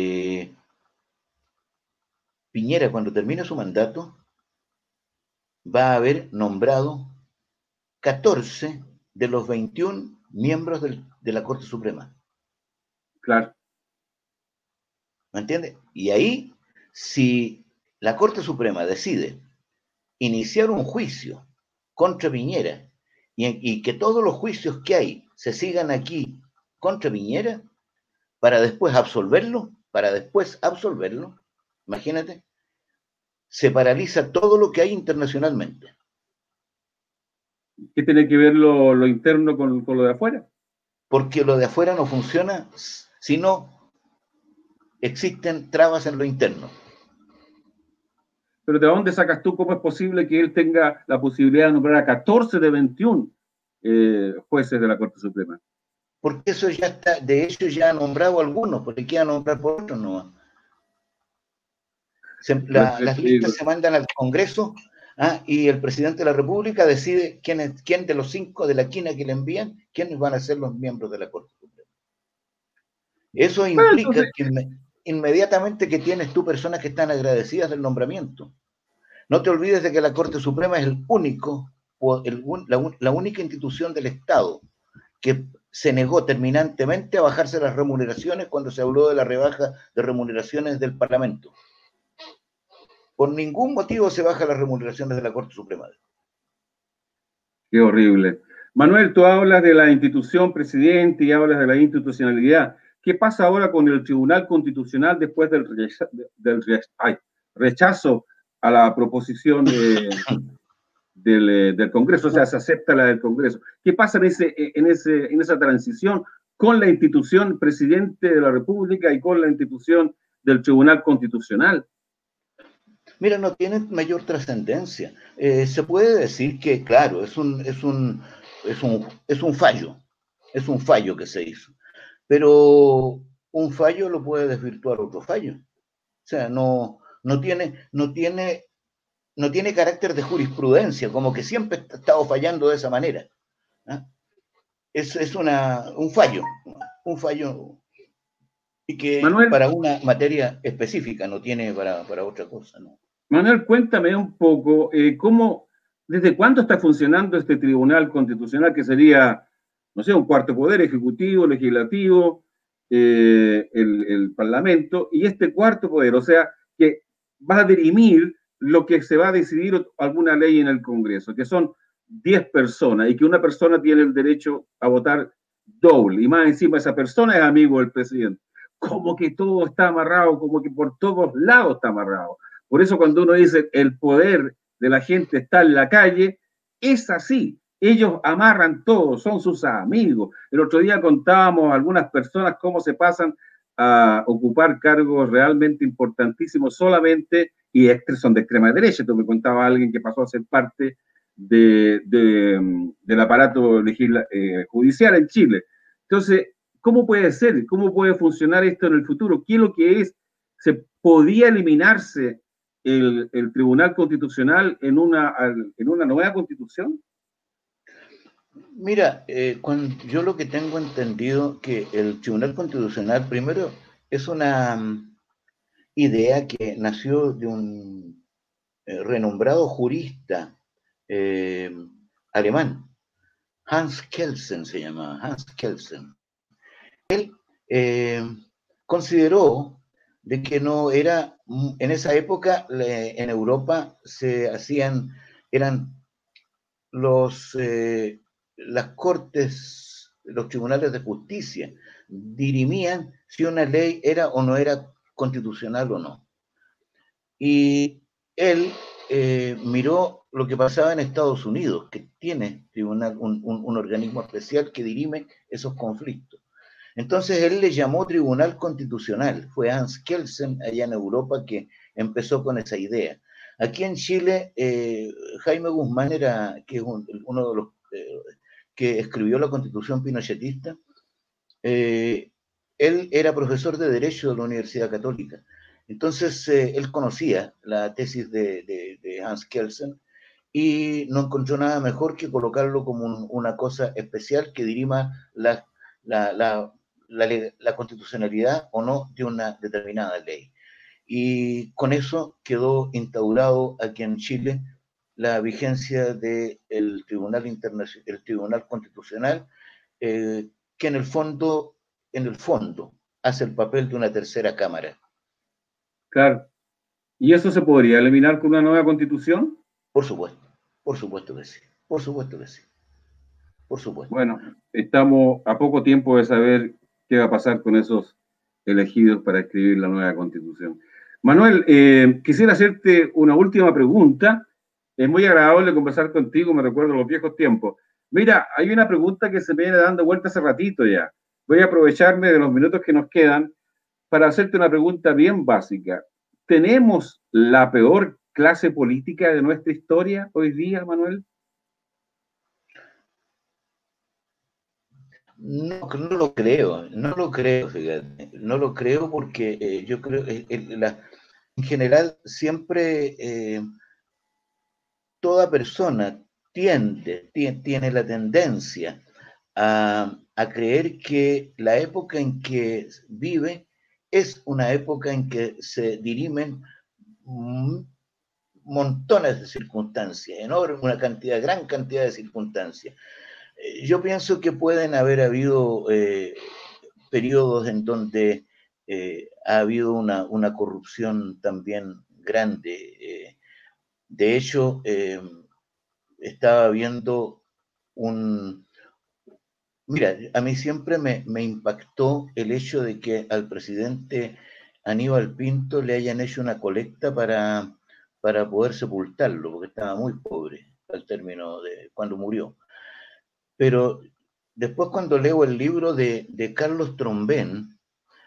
Piñera cuando termine su mandato va a haber nombrado 14 de los 21 miembros de la Corte Suprema. Claro. ¿Me entiendes? Y ahí, si la Corte Suprema decide iniciar un juicio contra Piñera y que todos los juicios que hay se sigan aquí contra Piñera para después absolverlo, imagínate, se paraliza todo lo que hay internacionalmente. ¿Qué tiene que ver lo interno con lo de afuera? Porque lo de afuera no funciona si no existen trabas en lo interno. Pero ¿de dónde sacas tú cómo es posible que él tenga la posibilidad de nombrar a 14 de 21 jueces de la Corte Suprema? Porque eso ya está, de hecho ya ha nombrado algunos, porque queda nombrar por otros nomás. Por eso Las te digo, listas se mandan al Congreso, y el presidente de la República decide quién de los 5 de la quina que le envían, quiénes van a ser los miembros de la Corte Suprema. Eso bueno, implica entonces, que inmediatamente que tienes tú personas que están agradecidas del nombramiento. No te olvides de que la Corte Suprema es el único, la única institución del Estado que se negó terminantemente a bajarse las remuneraciones cuando se habló de la rebaja de remuneraciones del Parlamento. Por ningún motivo se bajan las remuneraciones de la Corte Suprema. qué horrible. Manuel, tú hablas de la institución presidente y hablas de la institucionalidad. ¿Qué pasa ahora con el Tribunal Constitucional después rechazo a la proposición del Congreso? O sea, se acepta la del Congreso. ¿Qué pasa en esa transición con la institución presidente de la República y con la institución del Tribunal Constitucional? Mira, no tiene mayor trascendencia. Se puede decir que, claro, es un fallo que se hizo, pero un fallo lo puede desvirtuar otro fallo. O sea, no tiene carácter de jurisprudencia, como que siempre ha estado fallando de esa manera. ¿Ah? Es un fallo y que Manuel, para una materia específica no tiene para otra cosa, ¿no? Manuel, cuéntame un poco desde cuándo está funcionando este Tribunal Constitucional que sería, no sé, un cuarto poder ejecutivo, legislativo, el Parlamento y este cuarto poder, o sea, que va a dirimir lo que se va a decidir alguna ley en el Congreso, que son 10 personas y que una persona tiene el derecho a votar doble y más encima esa persona es amigo del presidente. Como que todo está amarrado, como que por todos lados está amarrado. Por eso cuando uno dice el poder de la gente está en la calle, es así. Ellos amarran todo, son sus amigos. El otro día contábamos a algunas personas cómo se pasan a ocupar cargos realmente importantísimos solamente y son de extrema derecha. Tú me contaba alguien que pasó a ser parte del aparato judicial en Chile. Entonces, ¿cómo puede ser? ¿Cómo puede funcionar esto en el futuro? ¿Qué es lo que es? ¿Se podía eliminarse el Tribunal Constitucional en una nueva constitución? Mira, yo lo que tengo entendido que el Tribunal Constitucional, primero, es una idea que nació de un renombrado jurista eh, alemán, Hans Kelsen se llamaba, Hans Kelsen. Eh, Consideró de que no era, en esa época en Europa se hacían, eran las cortes, los tribunales de justicia, dirimían si una ley era o no era constitucional o no. Y él miró lo que pasaba en Estados Unidos, que tiene un organismo especial que dirime esos conflictos. Entonces él le llamó Tribunal Constitucional. Fue Hans Kelsen allá en Europa que empezó con esa idea. Aquí en Chile, Jaime Guzmán que es uno de los que escribió la Constitución pinochetista. Él era profesor de Derecho de la Universidad Católica. Entonces, él conocía la tesis de Hans Kelsen y no encontró nada mejor que colocarlo como una cosa especial que dirima la, la, la constitucionalidad o no de una determinada ley. Y con eso quedó instaurado aquí en Chile la vigencia del Tribunal Internacional, el Tribunal Constitucional, eh, que en el fondo, hace el papel de una tercera cámara. Claro. ¿Y eso se podría eliminar con una nueva constitución? Por supuesto que sí, por supuesto que sí, por supuesto. Bueno, estamos a poco tiempo de saber qué va a pasar con esos elegidos para escribir la nueva constitución. Manuel, quisiera hacerte una última pregunta. Es muy agradable conversar contigo, me recuerdo los viejos tiempos. Mira, hay una pregunta que se me viene dando vuelta hace ratito ya. Voy a aprovecharme de los minutos que nos quedan para hacerte una pregunta bien básica. ¿Tenemos la peor clase política de nuestra historia hoy día, Manuel? No, no lo creo, no lo creo, fíjate, no lo creo porque yo creo, en general, siempre toda persona tiene la tendencia a creer que la época en que vive es una época en que se dirimen montones de circunstancias, enorme, gran cantidad de circunstancias. Yo pienso que pueden haber habido periodos en donde ha habido una corrupción también grande. De hecho, estaba viendo un... Mira, a mí siempre me impactó el hecho de que al presidente Aníbal Pinto le hayan hecho una colecta para poder sepultarlo, porque estaba muy pobre al término de cuando murió. Pero después cuando leo el libro de Carlos Trombén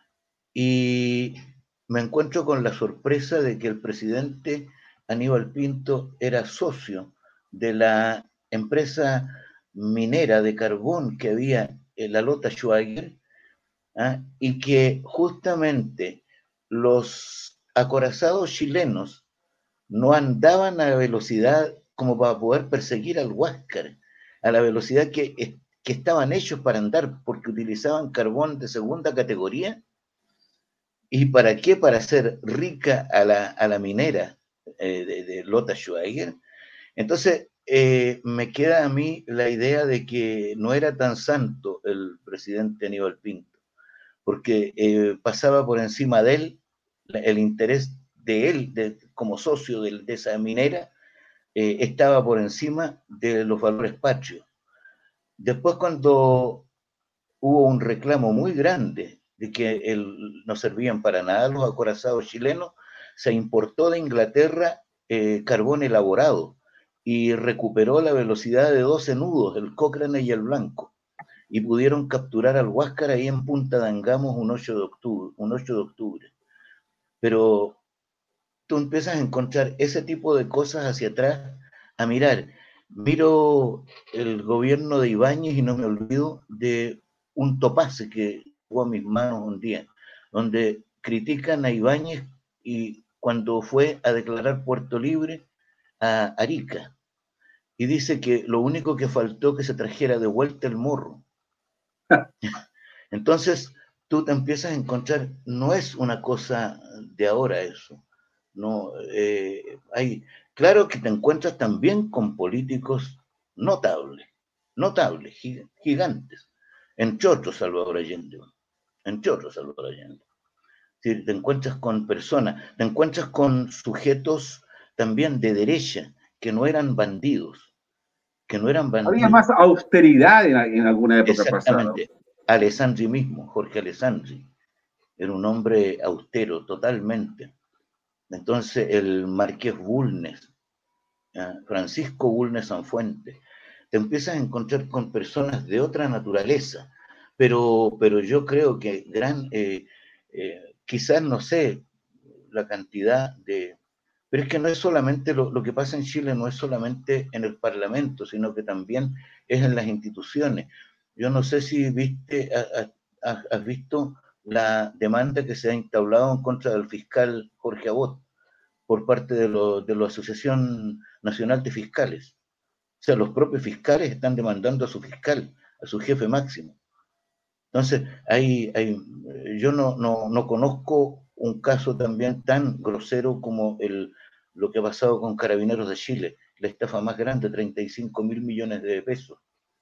y me encuentro con la sorpresa de que el presidente Aníbal Pinto era socio de la empresa minera de carbón que había en la Lota Schwager, ¿ah? Y que justamente los acorazados chilenos no andaban a la velocidad como para poder perseguir al Huáscar, a la velocidad que estaban hechos para andar, porque utilizaban carbón de segunda categoría. ¿Y para qué? Para hacer rica a la minera de Lota Schwager. Entonces, me queda a mí la idea de que no era tan santo el presidente Aníbal Pinto, porque pasaba por encima de él el interés de él como socio de esa minera, estaba por encima de los valores patrios. Después, cuando hubo un reclamo muy grande de que no servían para nada los acorazados chilenos, se importó de Inglaterra carbón elaborado y recuperó la velocidad de 12 nudos, el Cochrane y el Blanco, y pudieron capturar al Huáscar ahí en Punta de Angamos un 8 de octubre. Un 8 de octubre. Pero tú empiezas a encontrar ese tipo de cosas hacia atrás, a mirar. Miro el gobierno de Ibáñez y no me olvido de un topaze que llegó a mis manos un día, donde critican a Ibáñez y cuando fue a declarar Puerto Libre a Arica. y dice que lo único que faltó que se trajera de vuelta el morro. Entonces, tú te empiezas a encontrar, no es una cosa de ahora eso, no, claro que te encuentras también con políticos notables, notables, gigantes, entre otros Salvador Allende, entre otros Salvador Allende. Es decir, te encuentras con personas, te encuentras con sujetos también de derecha, que no eran bandidos, que no eran Había bandidos. más austeridad en alguna época pasada. Exactamente. Alessandri mismo, Jorge Alessandri, era un hombre austero totalmente. Entonces, el marqués Bulnes, Francisco Bulnes Sanfuente, te empiezas a encontrar con personas de otra naturaleza, pero yo creo que quizás no sé la cantidad de... Pero es que no es solamente lo que pasa en Chile, no es solamente en el Parlamento, sino que también es en las instituciones. Yo no sé si has visto la demanda que se ha instaurado en contra del fiscal Jorge Abot por parte de la Asociación Nacional de Fiscales. O sea, los propios fiscales están demandando a su fiscal, a su jefe máximo. Entonces, yo no conozco un caso también tan grosero como lo que ha pasado con Carabineros de Chile, la estafa más grande, 35.000 millones de pesos.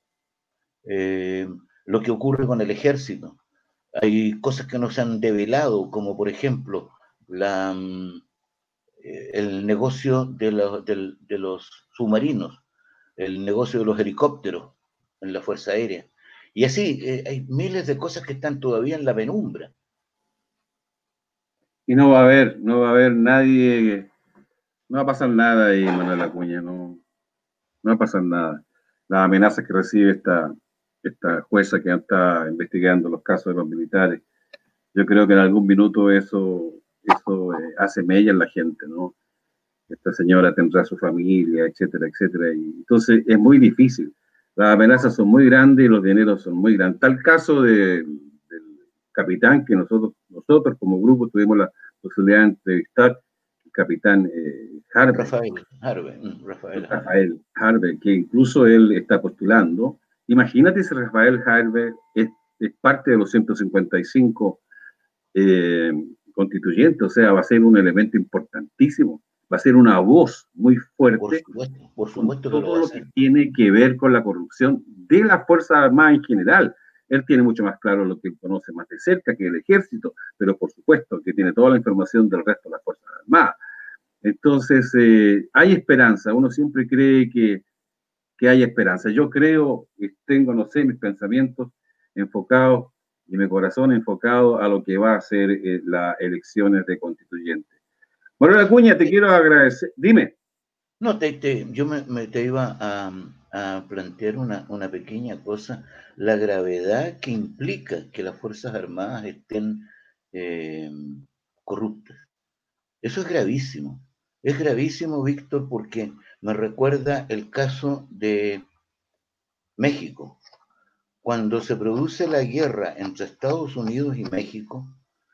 Lo que ocurre con el ejército. Hay cosas que no se han develado, como por ejemplo el negocio de los submarinos, el negocio de los helicópteros en la Fuerza Aérea. Y así, hay miles de cosas que están todavía en la penumbra. Y no va a haber nadie, no va a pasar nada ahí, Manuel Acuña, no va a pasar nada. Las amenazas que recibe esta jueza que está investigando los casos de los militares, yo creo que en algún minuto eso hace mella en la gente, ¿no? Esta señora tendrá su familia, etcétera, etcétera. Y entonces es muy difícil. Las amenazas son muy grandes y los dineros son muy grandes. Tal caso del capitán que nosotros como grupo tuvimos la posibilidad de entrevistar, el capitán Harvey. Rafael Harvey, que incluso él está postulando. Imagínate si Rafael Harvey es parte de los 155 constituyentes, o sea, va a ser un elemento importantísimo, va a ser una voz muy fuerte por con supuesto que lo todo va a lo hacer. que tiene que ver con la corrupción de las Fuerzas Armadas en general. Él tiene mucho más claro lo que él conoce más de cerca que el ejército, pero por supuesto que tiene toda la información del resto de las Fuerzas Armadas. Entonces, hay esperanza, uno siempre cree que hay esperanza. Yo creo, tengo, no sé, mis pensamientos enfocados y mi corazón enfocado a lo que va a ser las elecciones de constituyentes. Manuel Acuña, te quiero agradecer. Dime. No, yo te iba a plantear una pequeña cosa, la gravedad que implica que las Fuerzas Armadas estén corruptas. Eso es gravísimo, Víctor, porque me recuerda el caso de México. Cuando se produce la guerra entre Estados Unidos y México,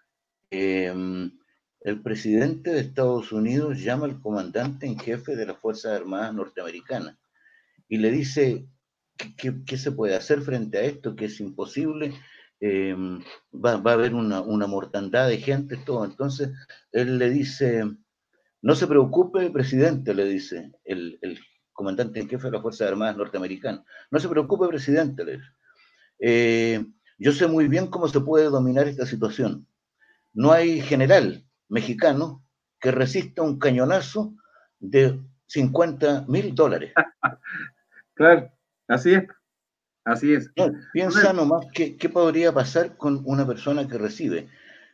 el presidente de Estados Unidos llama al comandante en jefe de las Fuerzas Armadas norteamericanas y le dice qué se puede hacer frente a esto, que es imposible, va a haber una mortandad de gente, todo. Entonces, él le dice, no se preocupe, presidente, le dice el comandante en jefe de las Fuerzas Armadas norteamericanas. No se preocupe, presidente, le dice. Yo sé muy bien cómo se puede dominar esta situación. No hay general mexicano que resista un cañonazo de $50,000. Claro, así es, así es. No, piensa nomás qué podría pasar con una persona que recibe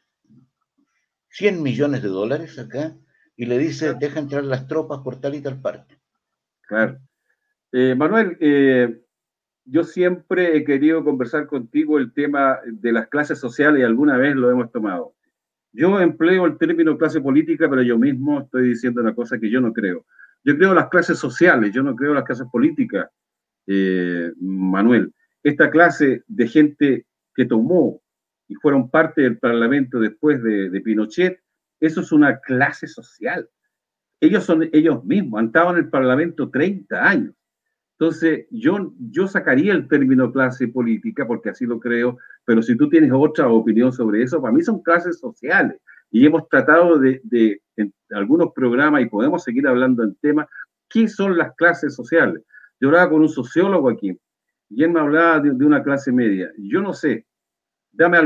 $100 millones acá y le dice, deja entrar las tropas por tal y tal parte. Claro. Manuel, yo siempre he querido conversar contigo el tema de las clases sociales y alguna vez lo hemos tomado. Yo empleo el término clase política, pero yo mismo estoy diciendo una cosa que yo no creo. Yo creo las clases sociales, yo no creo las clases políticas, Manuel. Esta clase de gente que tomó y fueron parte del Parlamento después de Pinochet, eso es una clase social. Ellos son ellos mismos, han estado en el Parlamento 30 años. Entonces, yo sacaría el término clase política, porque así lo creo, pero si tú tienes otra opinión sobre eso, para mí son clases sociales. Y hemos tratado en algunos programas, y podemos seguir hablando en temas, ¿qué son las clases sociales? Yo hablaba con un sociólogo aquí, y él me hablaba de una clase media. Yo no sé, dame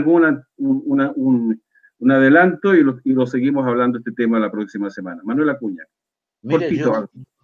un adelanto y lo seguimos hablando este tema la próxima semana. Manuel Acuña, Mire, cortito.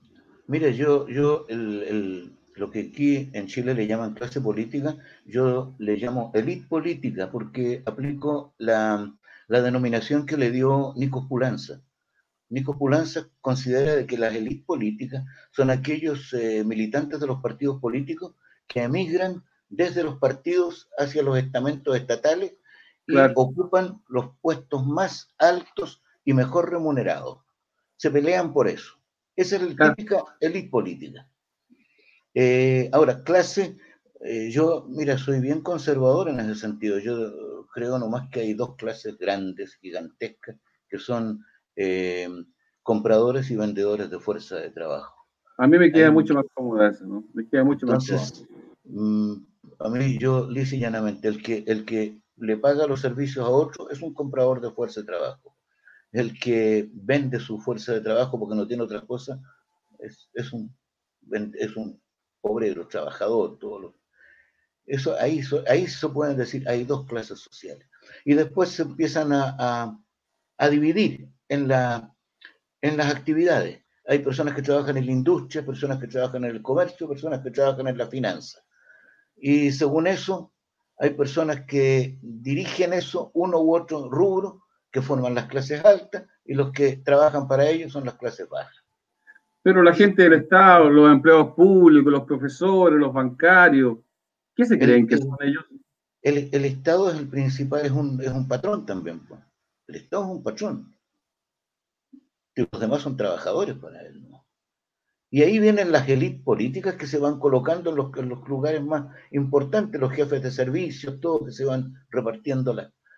lo que aquí en Chile le llaman clase política, yo le llamo élite política porque aplico la denominación que le dio Nico Pulanza. Nico Pulanza considera de que las élites políticas son aquellos militantes de los partidos políticos que emigran desde los partidos hacia los estamentos estatales y Claro. ocupan los puestos más altos y mejor remunerados. Se pelean por eso. Esa es la Claro. típica élite política. Ahora, clase, mira, soy bien conservador en ese sentido. Yo creo nomás que hay dos clases grandes, gigantescas, que son compradores y vendedores de fuerza de trabajo. A mí me queda Hay, mucho más cómoda eso, ¿no? Me queda mucho más cómodo. entonces, a mí, yo, lisa y llanamente, el que le paga los servicios a otro es un comprador de fuerza de trabajo. El que vende su fuerza de trabajo porque no tiene otra cosa es un obrero, trabajador, todo lo, eso, ahí se pueden decir, hay dos clases sociales. Y después se empiezan a dividir en las actividades. Hay personas que trabajan en la industria, personas que trabajan en el comercio, personas que trabajan en la finanza. Y según eso, hay personas que dirigen eso, uno u otro rubro, que forman las clases altas, y los que trabajan para ellos son las clases bajas. Pero la gente del Estado, los empleados públicos, los profesores, los bancarios, ¿qué se El, creen que son el, ellos? el Estado es el principal, es un patrón también. Pues. El Estado es un patrón. Y los demás son trabajadores para él. ¿No? Y ahí vienen las élites políticas que se van colocando en los lugares más importantes, los jefes de servicios, todos que se van repartiendo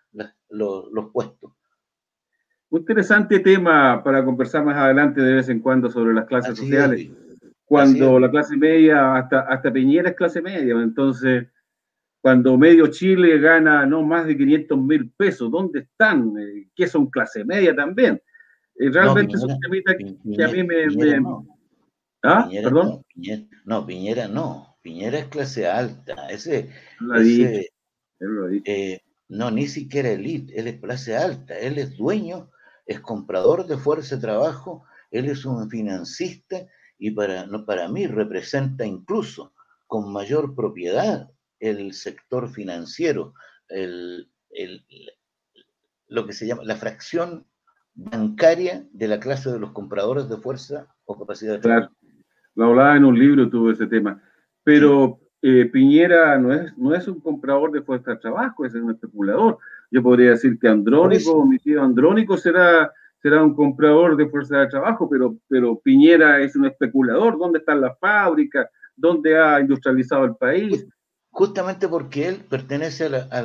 los puestos. Un interesante tema para conversar más adelante de vez en cuando sobre las clases Así es, sociales. Luis. Así es, Cuando la Luis. clase media, hasta Piñera es clase media, entonces, cuando medio Chile gana no más de 500.000 pesos, ¿dónde están? ¿Qué son clase media también? No, Realmente es un temita que a mí Piñera no. ¿Ah? Piñera ¿Perdón? no. Piñera no. Piñera es clase alta. Lo ha dicho, Ese, él lo ha dicho. no, ni siquiera elite. Él es clase alta. Él es dueño, es comprador de fuerza de trabajo. Él es un financista y para mí representa incluso con mayor propiedad el sector financiero, el, el- lo que se llama la fracción bancaria de la clase de los compradores de fuerza o capacidad de Claro, trabajo. lo hablaba en un libro, tuvo ese tema. Sí, Pero Piñera no es un comprador de fuerza de trabajo, es un especulador. Yo podría decir que por Andrónico, eso. mi tío Andrónico será un comprador de fuerza de trabajo, pero Piñera es un especulador. ¿Dónde están las fábricas? ¿Dónde ha industrializado el país? Justamente porque él pertenece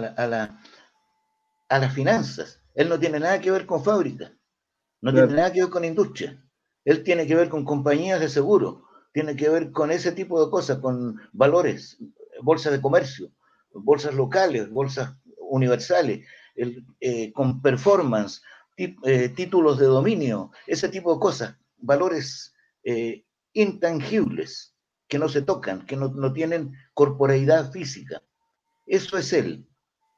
a las finanzas. Él no tiene nada que ver con fábricas, no tiene Claro, nada que ver con industria. Él tiene que ver con compañías de seguro, tiene que ver con ese tipo de cosas, con valores, bolsas de comercio, bolsas locales, bolsas universales, con performance, títulos de dominio, ese tipo de cosas, valores intangibles que no se tocan, que no tienen corporeidad física. Eso es él.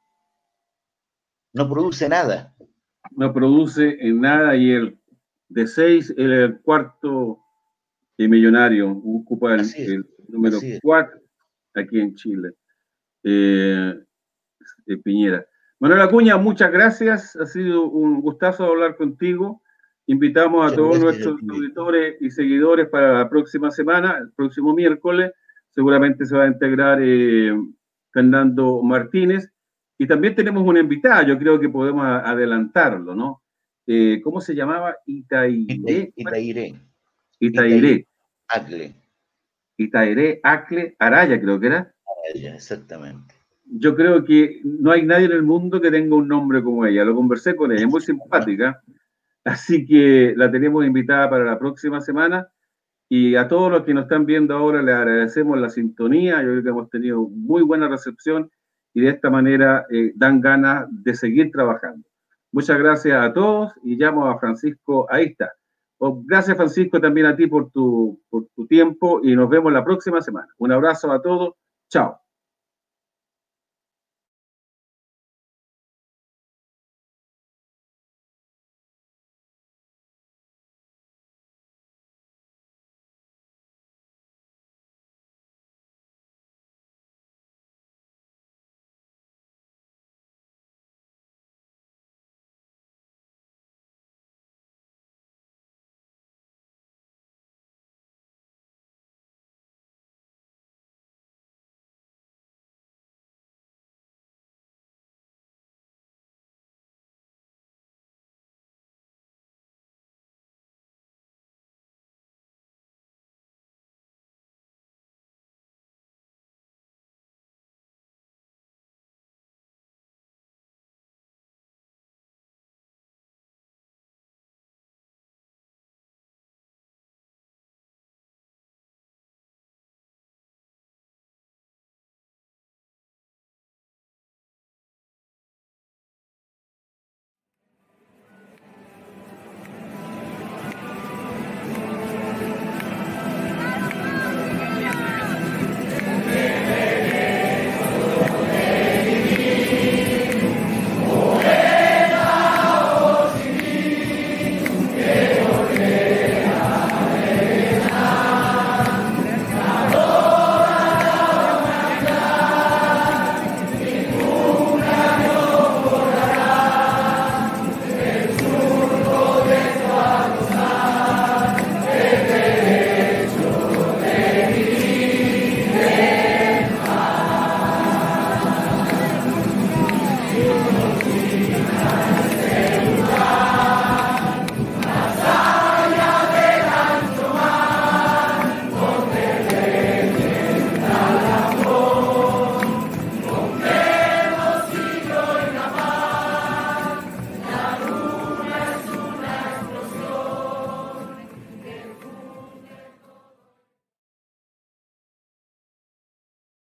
No produce nada. no produce en nada y el cuarto millonario, ocupa Así es, el número así es. 4 aquí en Chile. Eh, Piñera. Manuel Acuña, muchas gracias. Ha sido un gustazo hablar contigo. Invitamos a Muchas todos gracias a nuestros ti. auditores y seguidores para la próxima semana, el próximo miércoles. Seguramente se va a integrar Fernando Martínez. Y también tenemos una invitada, yo creo que podemos adelantarlo, ¿no? ¿Cómo se llamaba? Itairé. Itairé, Itairé, Itairé. Acle, Itairé Acle Araya, creo que era. exactamente. Yo creo que no hay nadie en el mundo que tenga un nombre como ella. Lo conversé con ella, es muy simpática. Así que la tenemos invitada para la próxima semana. Y a todos los que nos están viendo ahora les agradecemos la sintonía. Yo creo que hemos tenido muy buena recepción y de esta manera dan ganas de seguir trabajando. Muchas gracias a todos y llamo a Francisco, ahí está. Gracias Francisco también a ti por tu tiempo y nos vemos la próxima semana. Un abrazo a todos, chao.